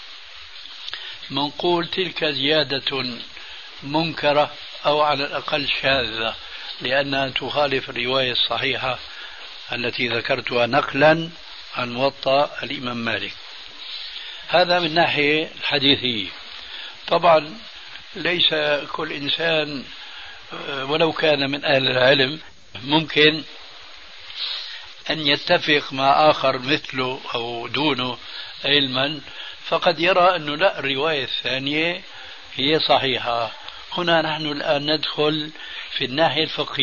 منقول تلك زيادة منكرة أو على الأقل شاذة، لأنها تخالف الرواية الصحيحة التي ذكرتها نقلا عن موطأ الإمام مالك. هذا من ناحية الحديثية. طبعا ليس كل إنسان ولو كان من أهل العلم ممكن أن يتفق مع آخر مثله أو دونه علما، فقد يرى أنه لا، الرواية الثانية هي صحيحة. هنا نحن الآن ندخل في الناحية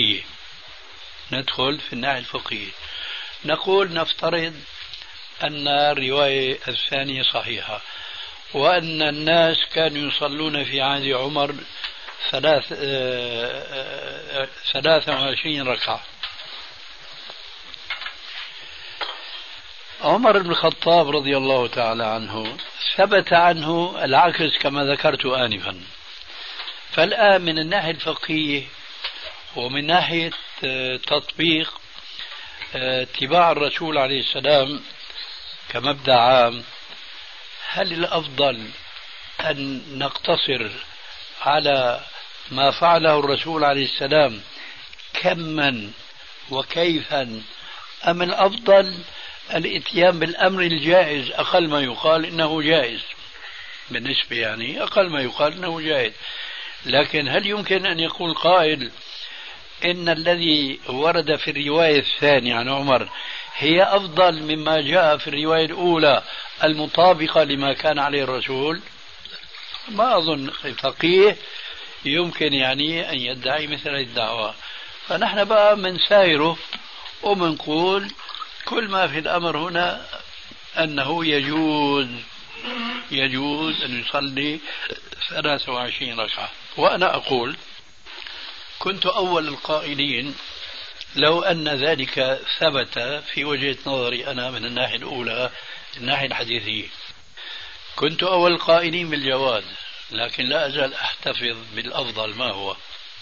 الفقهية، نقول نفترض أن الرواية الثانية صحيحة، وأن الناس كانوا يصلون في عهد عمر 23 ركعة. عمر بن الخطاب رضي الله تعالى عنه ثبت عنه العكس كما ذكرت آنفا. فالآن من الناحية الفقهية ومن ناحية تطبيق اتباع الرسول عليه السلام كمبدأ عام، هل الأفضل أن نقتصر على ما فعله الرسول عليه السلام كما وكيفا، أم الأفضل الاتيان بالأمر الجائز؟ أقل ما يقال إنه جائز، بالنسبة يعني أقل ما يقال إنه جائز. لكن هل يمكن أن يقول قائل إن الذي ورد في الرواية الثانية عن عمر هي أفضل مما جاء في الرواية الأولى المطابقة لما كان عليه الرسول؟ ما أظن فقيه يمكن يعني أن يدعي مثل الدعوة. فنحن بقى من سائره ومنقول كل ما في الأمر هنا أنه يجوز أن يصلي 23 ركعة. وأنا أقول كنت أول القائلين لو أن ذلك ثبت في وجهة نظري أنا من الناحية الأولى الناحية الحديثية، كنت أول القائلين بالجواز، لكن لا أزال أحتفظ بالأفضل. ما هو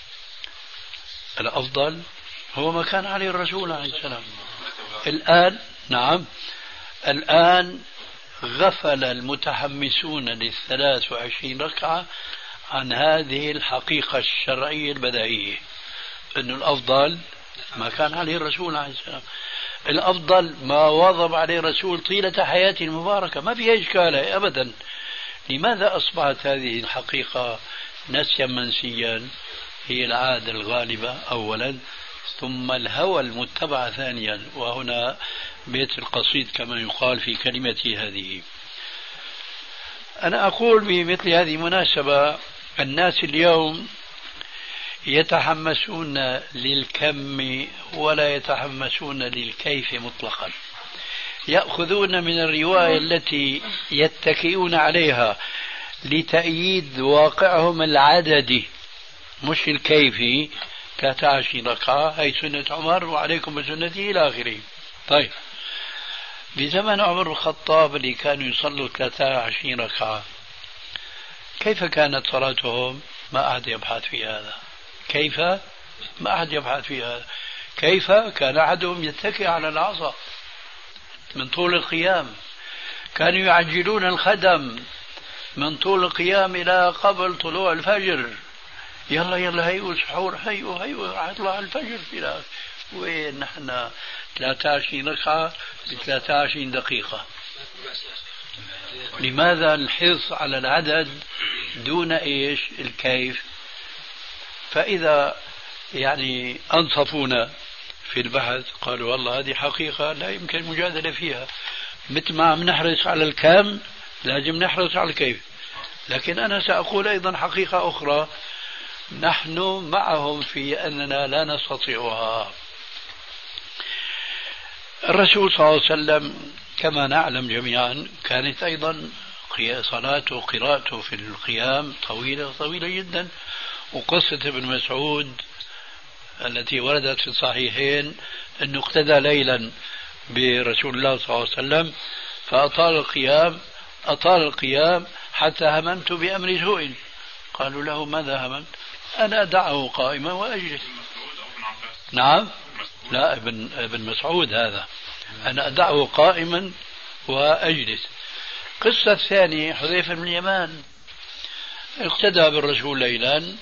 الأفضل؟ هو ما كان عليه الرسول عليه السلام. الآن نعم، الآن غفل المتحمسون لل23 ركعة عن هذه الحقيقة الشرعية البديهية، أن الأفضل ما كان عليه الرسول عليه السلام، الأفضل ما واظب عليه الرسول طيلة حياته المباركة، ما فيها إشكال أبدا. لماذا أصبحت هذه الحقيقة نسيا منسيا؟ هي العادة الغالبة أولا، ثم الهوى المتبع ثانيا، وهنا بيت القصيد كما يقال في كلمتي هذه. أنا أقول بمثل هذه المناسبة الناس اليوم يتحمسون للكم ولا يتحمسون للكيف مطلقا، يأخذون من الرواية التي يتكئون عليها لتأييد واقعهم العددي مش الكيفي، 23 ركعة هي سنة عمر وعليكم بسنتي إلى آخره. طيب بزمن عمر الخطاب اللي كانوا يصلوا 23 ركعة كيف كانت صلاتهم؟ ما أحد يبحث في هذا. كيف؟ ما أحد يبحث في هذا. كيف؟ كان أحدهم يتكئ على العصا من طول القيام، كانوا يعجلون الخدم من طول القيام إلى قبل طلوع الفجر. يلا يلا هيو سحور، هيو راح يطلع الفجر. في وين نحن 23 ركعة ب 23 دقيقة؟ لماذا الحرص على العدد دون ايش الكيف؟ فإذا يعني أنصفونا في البحث قالوا والله هذه حقيقة لا يمكن المجادلة فيها، مثل ما عم نحرص على الكم لازم نحرص على الكيف. لكن أنا سأقول أيضا حقيقة أخرى، نحن معهم في أننا لا نستطيعها. الرسول صلى الله عليه وسلم كما نعلم جميعا كانت أيضا صلاته وقراءته في القيام طويلة جدا. وقصة ابن مسعود التي وردت في الصحيحين أنه اقتدى ليلا برسول الله صلى الله عليه وسلم فأطال القيام حتى هممت بأمر سوء. قالوا له ماذا هممت؟ أنا أدعه قائما وأجلس. نعم، لا ابن مسعود هذا، أنا أدعه قائما وأجلس. قصة ثانية حذيفة بن اليمان اقتدى بالرسول ليلا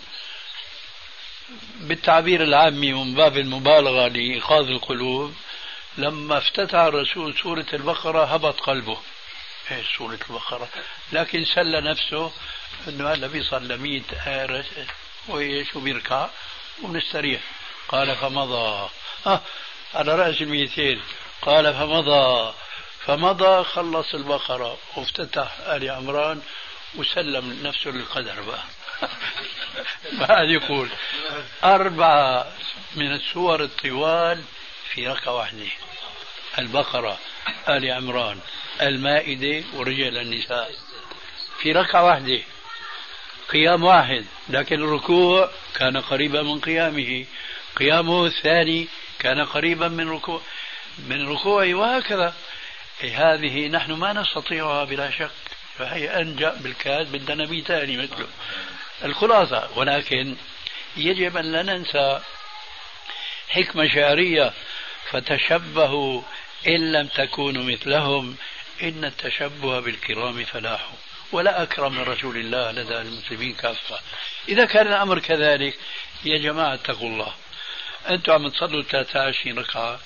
بالتعبير العامي من باب المبالغة لإيقاظ القلوب. لما افتتح الرسول سورة البقرة هبط قلبه. سورة البقرة، لكن سلى نفسه أنه النبي صلى 100 آية وإيش وبيركع ونستريح. قال فمضى على رأس 200. قال فمضى خلص البقرة وافتتح آل عمران وسلم نفسه للقدر بقى. بعد يقول 4 من السور الطوال في ركعة واحدة: البقرة، آل عمران، المائدة، ورجال النساء، في ركعة واحدة، قيام واحد. لكن الركوع كان قريبا من قيامه الثاني كان قريبا من ركوعه، وهكذا. هذه نحن ما نستطيعها بلا شك، فهي أنجأ بالكاد، بدنا نبي ثاني مثله. الخلاصة، ولكن يجب أن لا ننسى حكمة شعرية: فتشبهوا إن لم تكونوا مثلهم إن التشبه بالكرام فلاح. ولا أكرم من رسول الله لدى المسلمين كافة. إذا كان الأمر كذلك يا جماعة اتقوا الله. أنتم عم تصلوا 23 ركعة،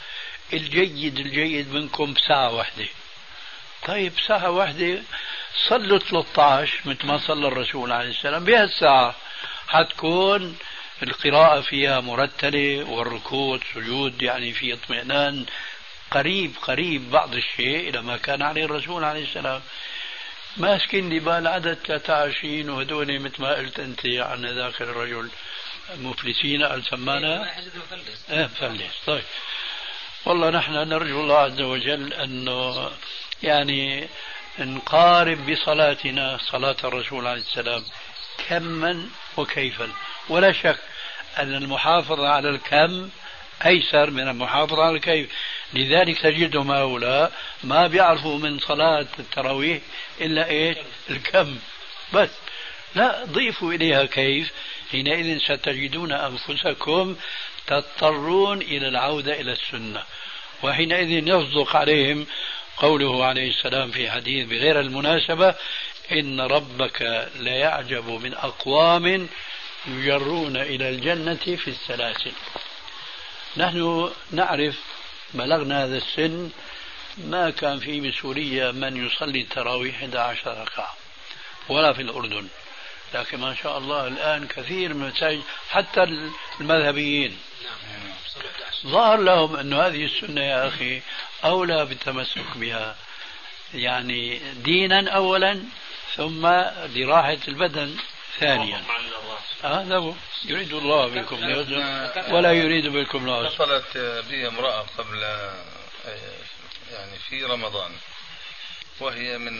الجيد منكم ساعة واحدة. طيب ساعة واحدة صلوا 13 مثل ما صلى الرسول عليه السلام. بهالساعة حتكون القراءة فيها مرتلة، والركوع والسجود يعني في اطمئنان قريب بعض الشيء إلى ما كان عليه الرسول عليه السلام. ماسكين لي بال عدد 23 وهدول مثل ما قلت أنت عن ذاك الرجل مفلسين قال سمانا مفلس. طيب والله نحن نرجو الله عز وجل أنه يعني نقارب بصلاتنا صلاة الرسول عليه السلام كما وكيفا. ولا شك أن المحافظة على الكم أيسر من المحافظة على الكيف. لذلك تجدهم هؤلاء ما بيعرفوا من صلاة التراويح إلا إيش؟ الكم بس. لا، ضيفوا إليها كيف، حينئذ ستجدون أنفسكم تضطرون إلى العودة إلى السنة، وحينئذ يصدق عليهم قوله عليه السلام في حديث بغير المناسبة: إن ربك ليعجب من أقوام يجرون إلى الجنة في السلاسل. نحن نعرف بلغنا هذا السن ما كان في بسوريا من يصلي التراويح 11 ركعة ولا في الأردن، لكن ما شاء الله الآن كثير من المساجد حتى المذهبيين ظهر لهم أن هذه السنة يا أخي أولى بالتمسك بها، يعني دينا أولا ثم لراحة البدن ثانيا. هذا هو يريد الله بكم ولا يريد بكم العسر. اتصلت بي امرأة قبل يعني في رمضان وهي من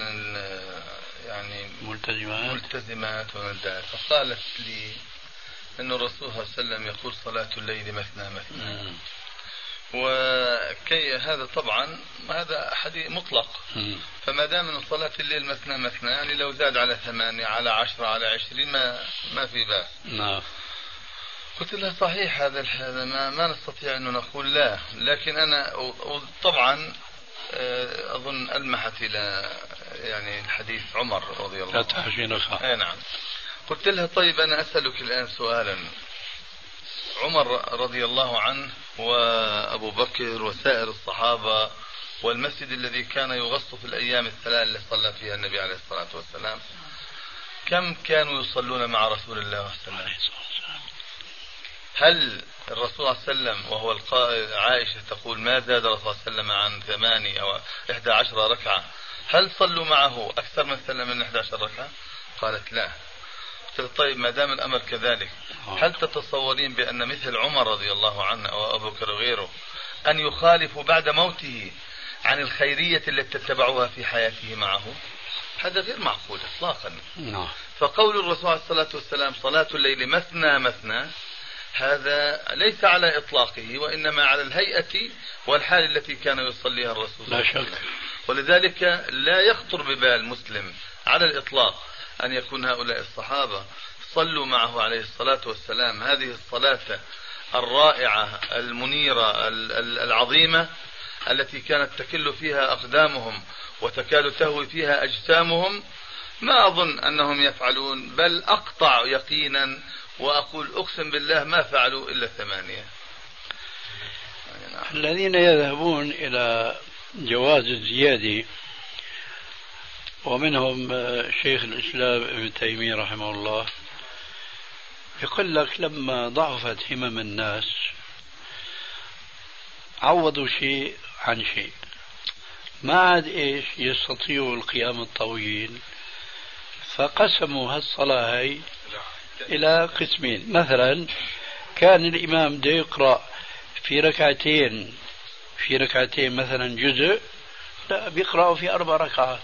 يعني ملتزمات وندات، فقالت لي أن الرسول صلى الله عليه وسلم يقول: صلاة الليل مثنى مثنى. كي هذا طبعا هذا حديث مطلق. فما دام من صلاة الليل مثنى مثنى، يعني لو زاد على 8 على 10 على 20 ما في بأس. نعم. قلت له صحيح هذا ما نستطيع أن نقول لا، لكن أنا طبعا أظن ألمحت إلى يعني الحديث عمر رضي الله عنه. نعم. قلت لها طيب أنا أسألك الآن سؤالا، عمر رضي الله عنه وأبو بكر وسائر الصحابة والمسجد الذي كان يغص في الأيام الثلاث اللي صلى فيها النبي عليه الصلاة والسلام، كم كانوا يصلون مع رسول الله صلى الله عليه وسلم؟ هل الرسول صلى الله عليه وسلم وهو القائل، عائشة تقول ما زاد الرسول صلى الله عليه وسلم عن 8 أو 11 ركعة، هل صلوا معه أكثر من 11 ركعة؟ قالت لا. طيب ما دام الأمر كذلك، هل تتصورين بأن مثل عمر رضي الله عنه أو أبو بكر وغيره أن يخالفوا بعد موته عن الخيرية التي اتبعوها في حياته معه؟ هذا غير معقول إطلاقا. فقول الرسول عليه الصلاة والسلام صلاة الليل مثنى مثنى، هذا ليس على إطلاقه، وإنما على الهيئة والحال التي كان يصليها الرسول. لا شك. ولذلك لا يخطر ببال مسلم على الإطلاق أن يكون هؤلاء الصحابة صلوا معه عليه الصلاة والسلام هذه الصلاة الرائعة المنيرة العظيمة التي كانت تكل فيها أقدامهم وتكاد تهوي فيها أجسامهم. ما أظن أنهم يفعلون، بل أقطع يقينا وأقول أقسم بالله ما فعلوا إلا 8. الذين يذهبون إلى جواز الزيادة ومنهم شيخ الإسلام ابن تيمية رحمه الله يقول لك لما ضعفت همم الناس عوضوا شيء عن شيء، ما عاد إيش يستطيعوا القيام الطويل، فقسموا هالصلاة هي إلى قسمين. مثلا كان الإمام بده يقرأ في ركعتين مثلا جزء، لا بيقرأوا في 4 ركعات.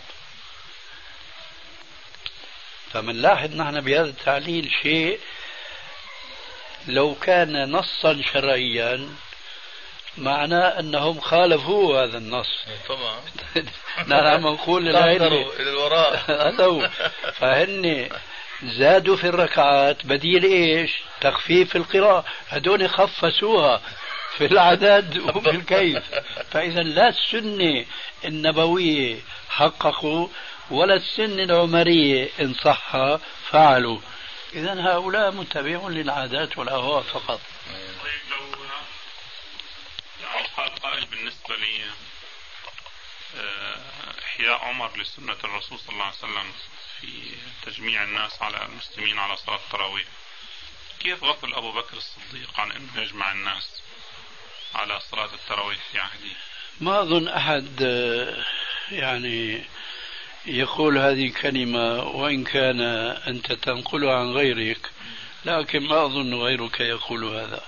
فمنلاحظ نحن بهذا التعليل شيء لو كان نصا شرعيا معناه أنهم خالفوا هذا النص. طبعا نحن نقول إلى الوراء هذا. فهن زادوا في الركعات بديل إيش؟ تخفيف القراءة. هدول خفسوها في العدد وفي الكيف. فإذا لا السنة النبوية حققوا ولا السنة العمرية إن صح فعلوا. إذا هؤلاء متبعون للعادات والأهواء فقط. طيب لو يعني قائل بالنسبة لي إحياء عمر لسنة الرسول صلى الله عليه وسلم في تجميع الناس على المسلمين على صلاة التراويح، كيف غفل أبو بكر الصديق عن أنه يجمع الناس على صلاة التراويح في عهده؟ ما أظن أحد يعني يقول هذه الكلمة، وإن كان أنت تنقلها عن غيرك، لكن ما أظن غيرك يقول هذا.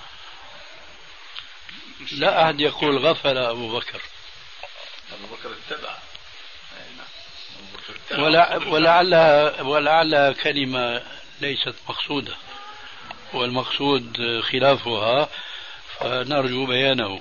لا أحد يقول غفل أبو بكر. أبو بكر اتبع. ولعلها كلمة ليست مقصودة، والمقصود خلافها، فنرجو بيانه.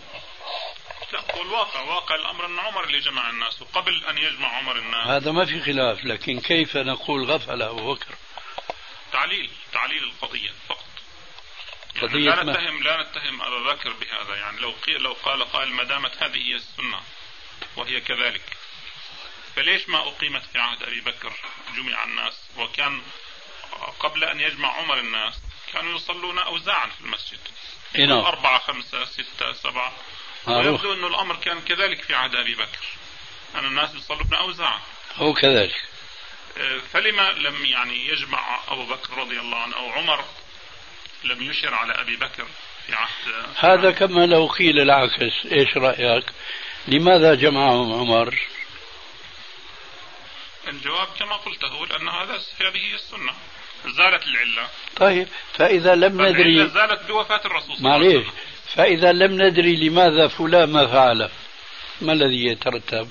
واقع الأمر أن عمر اللي جمع الناس، وقبل أن يجمع عمر الناس هذا ما في خلاف، لكن كيف نقول غفل أبو بكر؟ تعليل القضية فقط. يعني لا نتهم أبا بكر بهذا. يعني لو قال ما دامت هذه هي السنة وهي كذلك، فليش ما أقيمت في عهد أبي بكر جمع الناس؟ وكان قبل أن يجمع عمر الناس كانوا يصلون أوزاعا في المسجد، 4 5 6 7. ويبدو أن الأمر كان كذلك في عهد أبي بكر، أن الناس يصلون أوزاعا. هو كذلك. فلما لم يعني يجمع أبو بكر رضي الله عنه أو عمر لم يشر على أبي بكر في عهد هذا؟ كما لو قيل العكس، إيش رأيك؟ لماذا جمعهم عمر؟ الجواب كما قلته، لأن هذه هي السنة، زالت العلة. طيب فإذا لم ندري، زالت بوفاة الرسول صلى الله عليه وسلم. فإذا لم ندري لماذا فلان ما فعله، ما الذي يترتب؟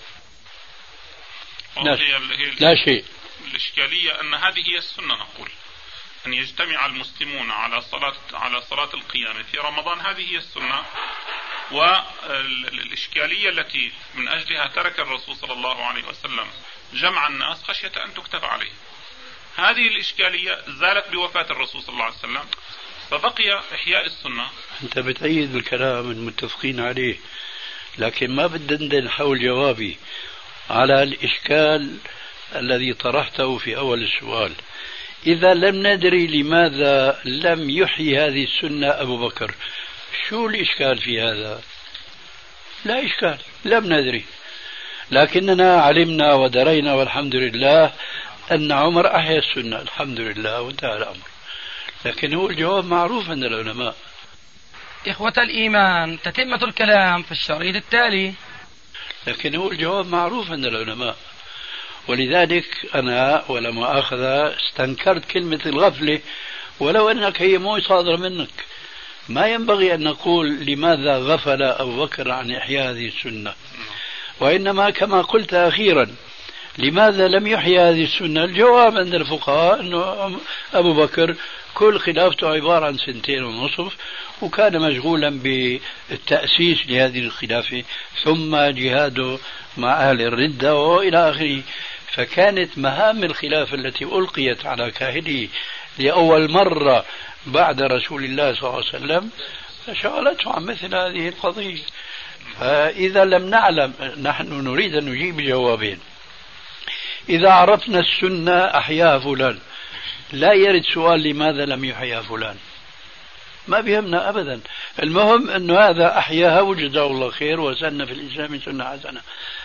لا شيء. الإشكالية أن هذه هي السنة، نقول أن يجتمع المسلمون على صلاة القيام في رمضان، هذه هي السنة. والإشكالية التي من أجلها ترك الرسول صلى الله عليه وسلم جمع الناس خشية أن تكتب عليه. هذه الإشكالية زالت بوفاة الرسول صلى الله عليه وسلم، فبقي إحياء السنة. أنت بتأيد الكلام المتفقين عليه، لكن ما بدندن حول جوابي على الإشكال الذي طرحته في أول السؤال. إذا لم ندري لماذا لم يحيي هذه السنة أبو بكر، شو الإشكال في هذا؟ لا إشكال، لم ندري، لكننا علمنا ودرينا والحمد لله أن عمر أحيا السنة، الحمد لله، وانتهى الأمر. لكن هو الجواب معروف عند العلماء. إخوة الإيمان، تتمة الكلام في الشريط التالي. لكن هو الجواب معروف عند العلماء، ولذلك أنا ولا مؤاخذة استنكرت كلمة الغفلة، ولو أنك هي مو صادرة منك. ما ينبغي أن نقول لماذا غفل أبو بكر عن إحياء هذه السنة، وإنما كما قلت أخيرا لماذا لم يحيي هذه السنة. الجواب عند الفقهاء أنه أبو بكر كل خلافته عبارة عن 2.5 وكان مشغولا بالتأسيس لهذه الخلافة، ثم جهاده مع أهل الردة وإلى آخره. فكانت مهام الخلافة التي ألقيت على كاهله لأول مرة بعد رسول الله صلى الله عليه وسلم شغلته عن مثل هذه القضية. فإذا لم نعلم، نحن نريد أن نجيب جوابين. إذا عرفنا السنة أحياها فلان، لا يرد سؤال لماذا لم يحيا فلان، ما بيهمنا أبدا. المهم أن هذا أحياها وجزاه الله خير وسن في الإسلام سنة حسنة.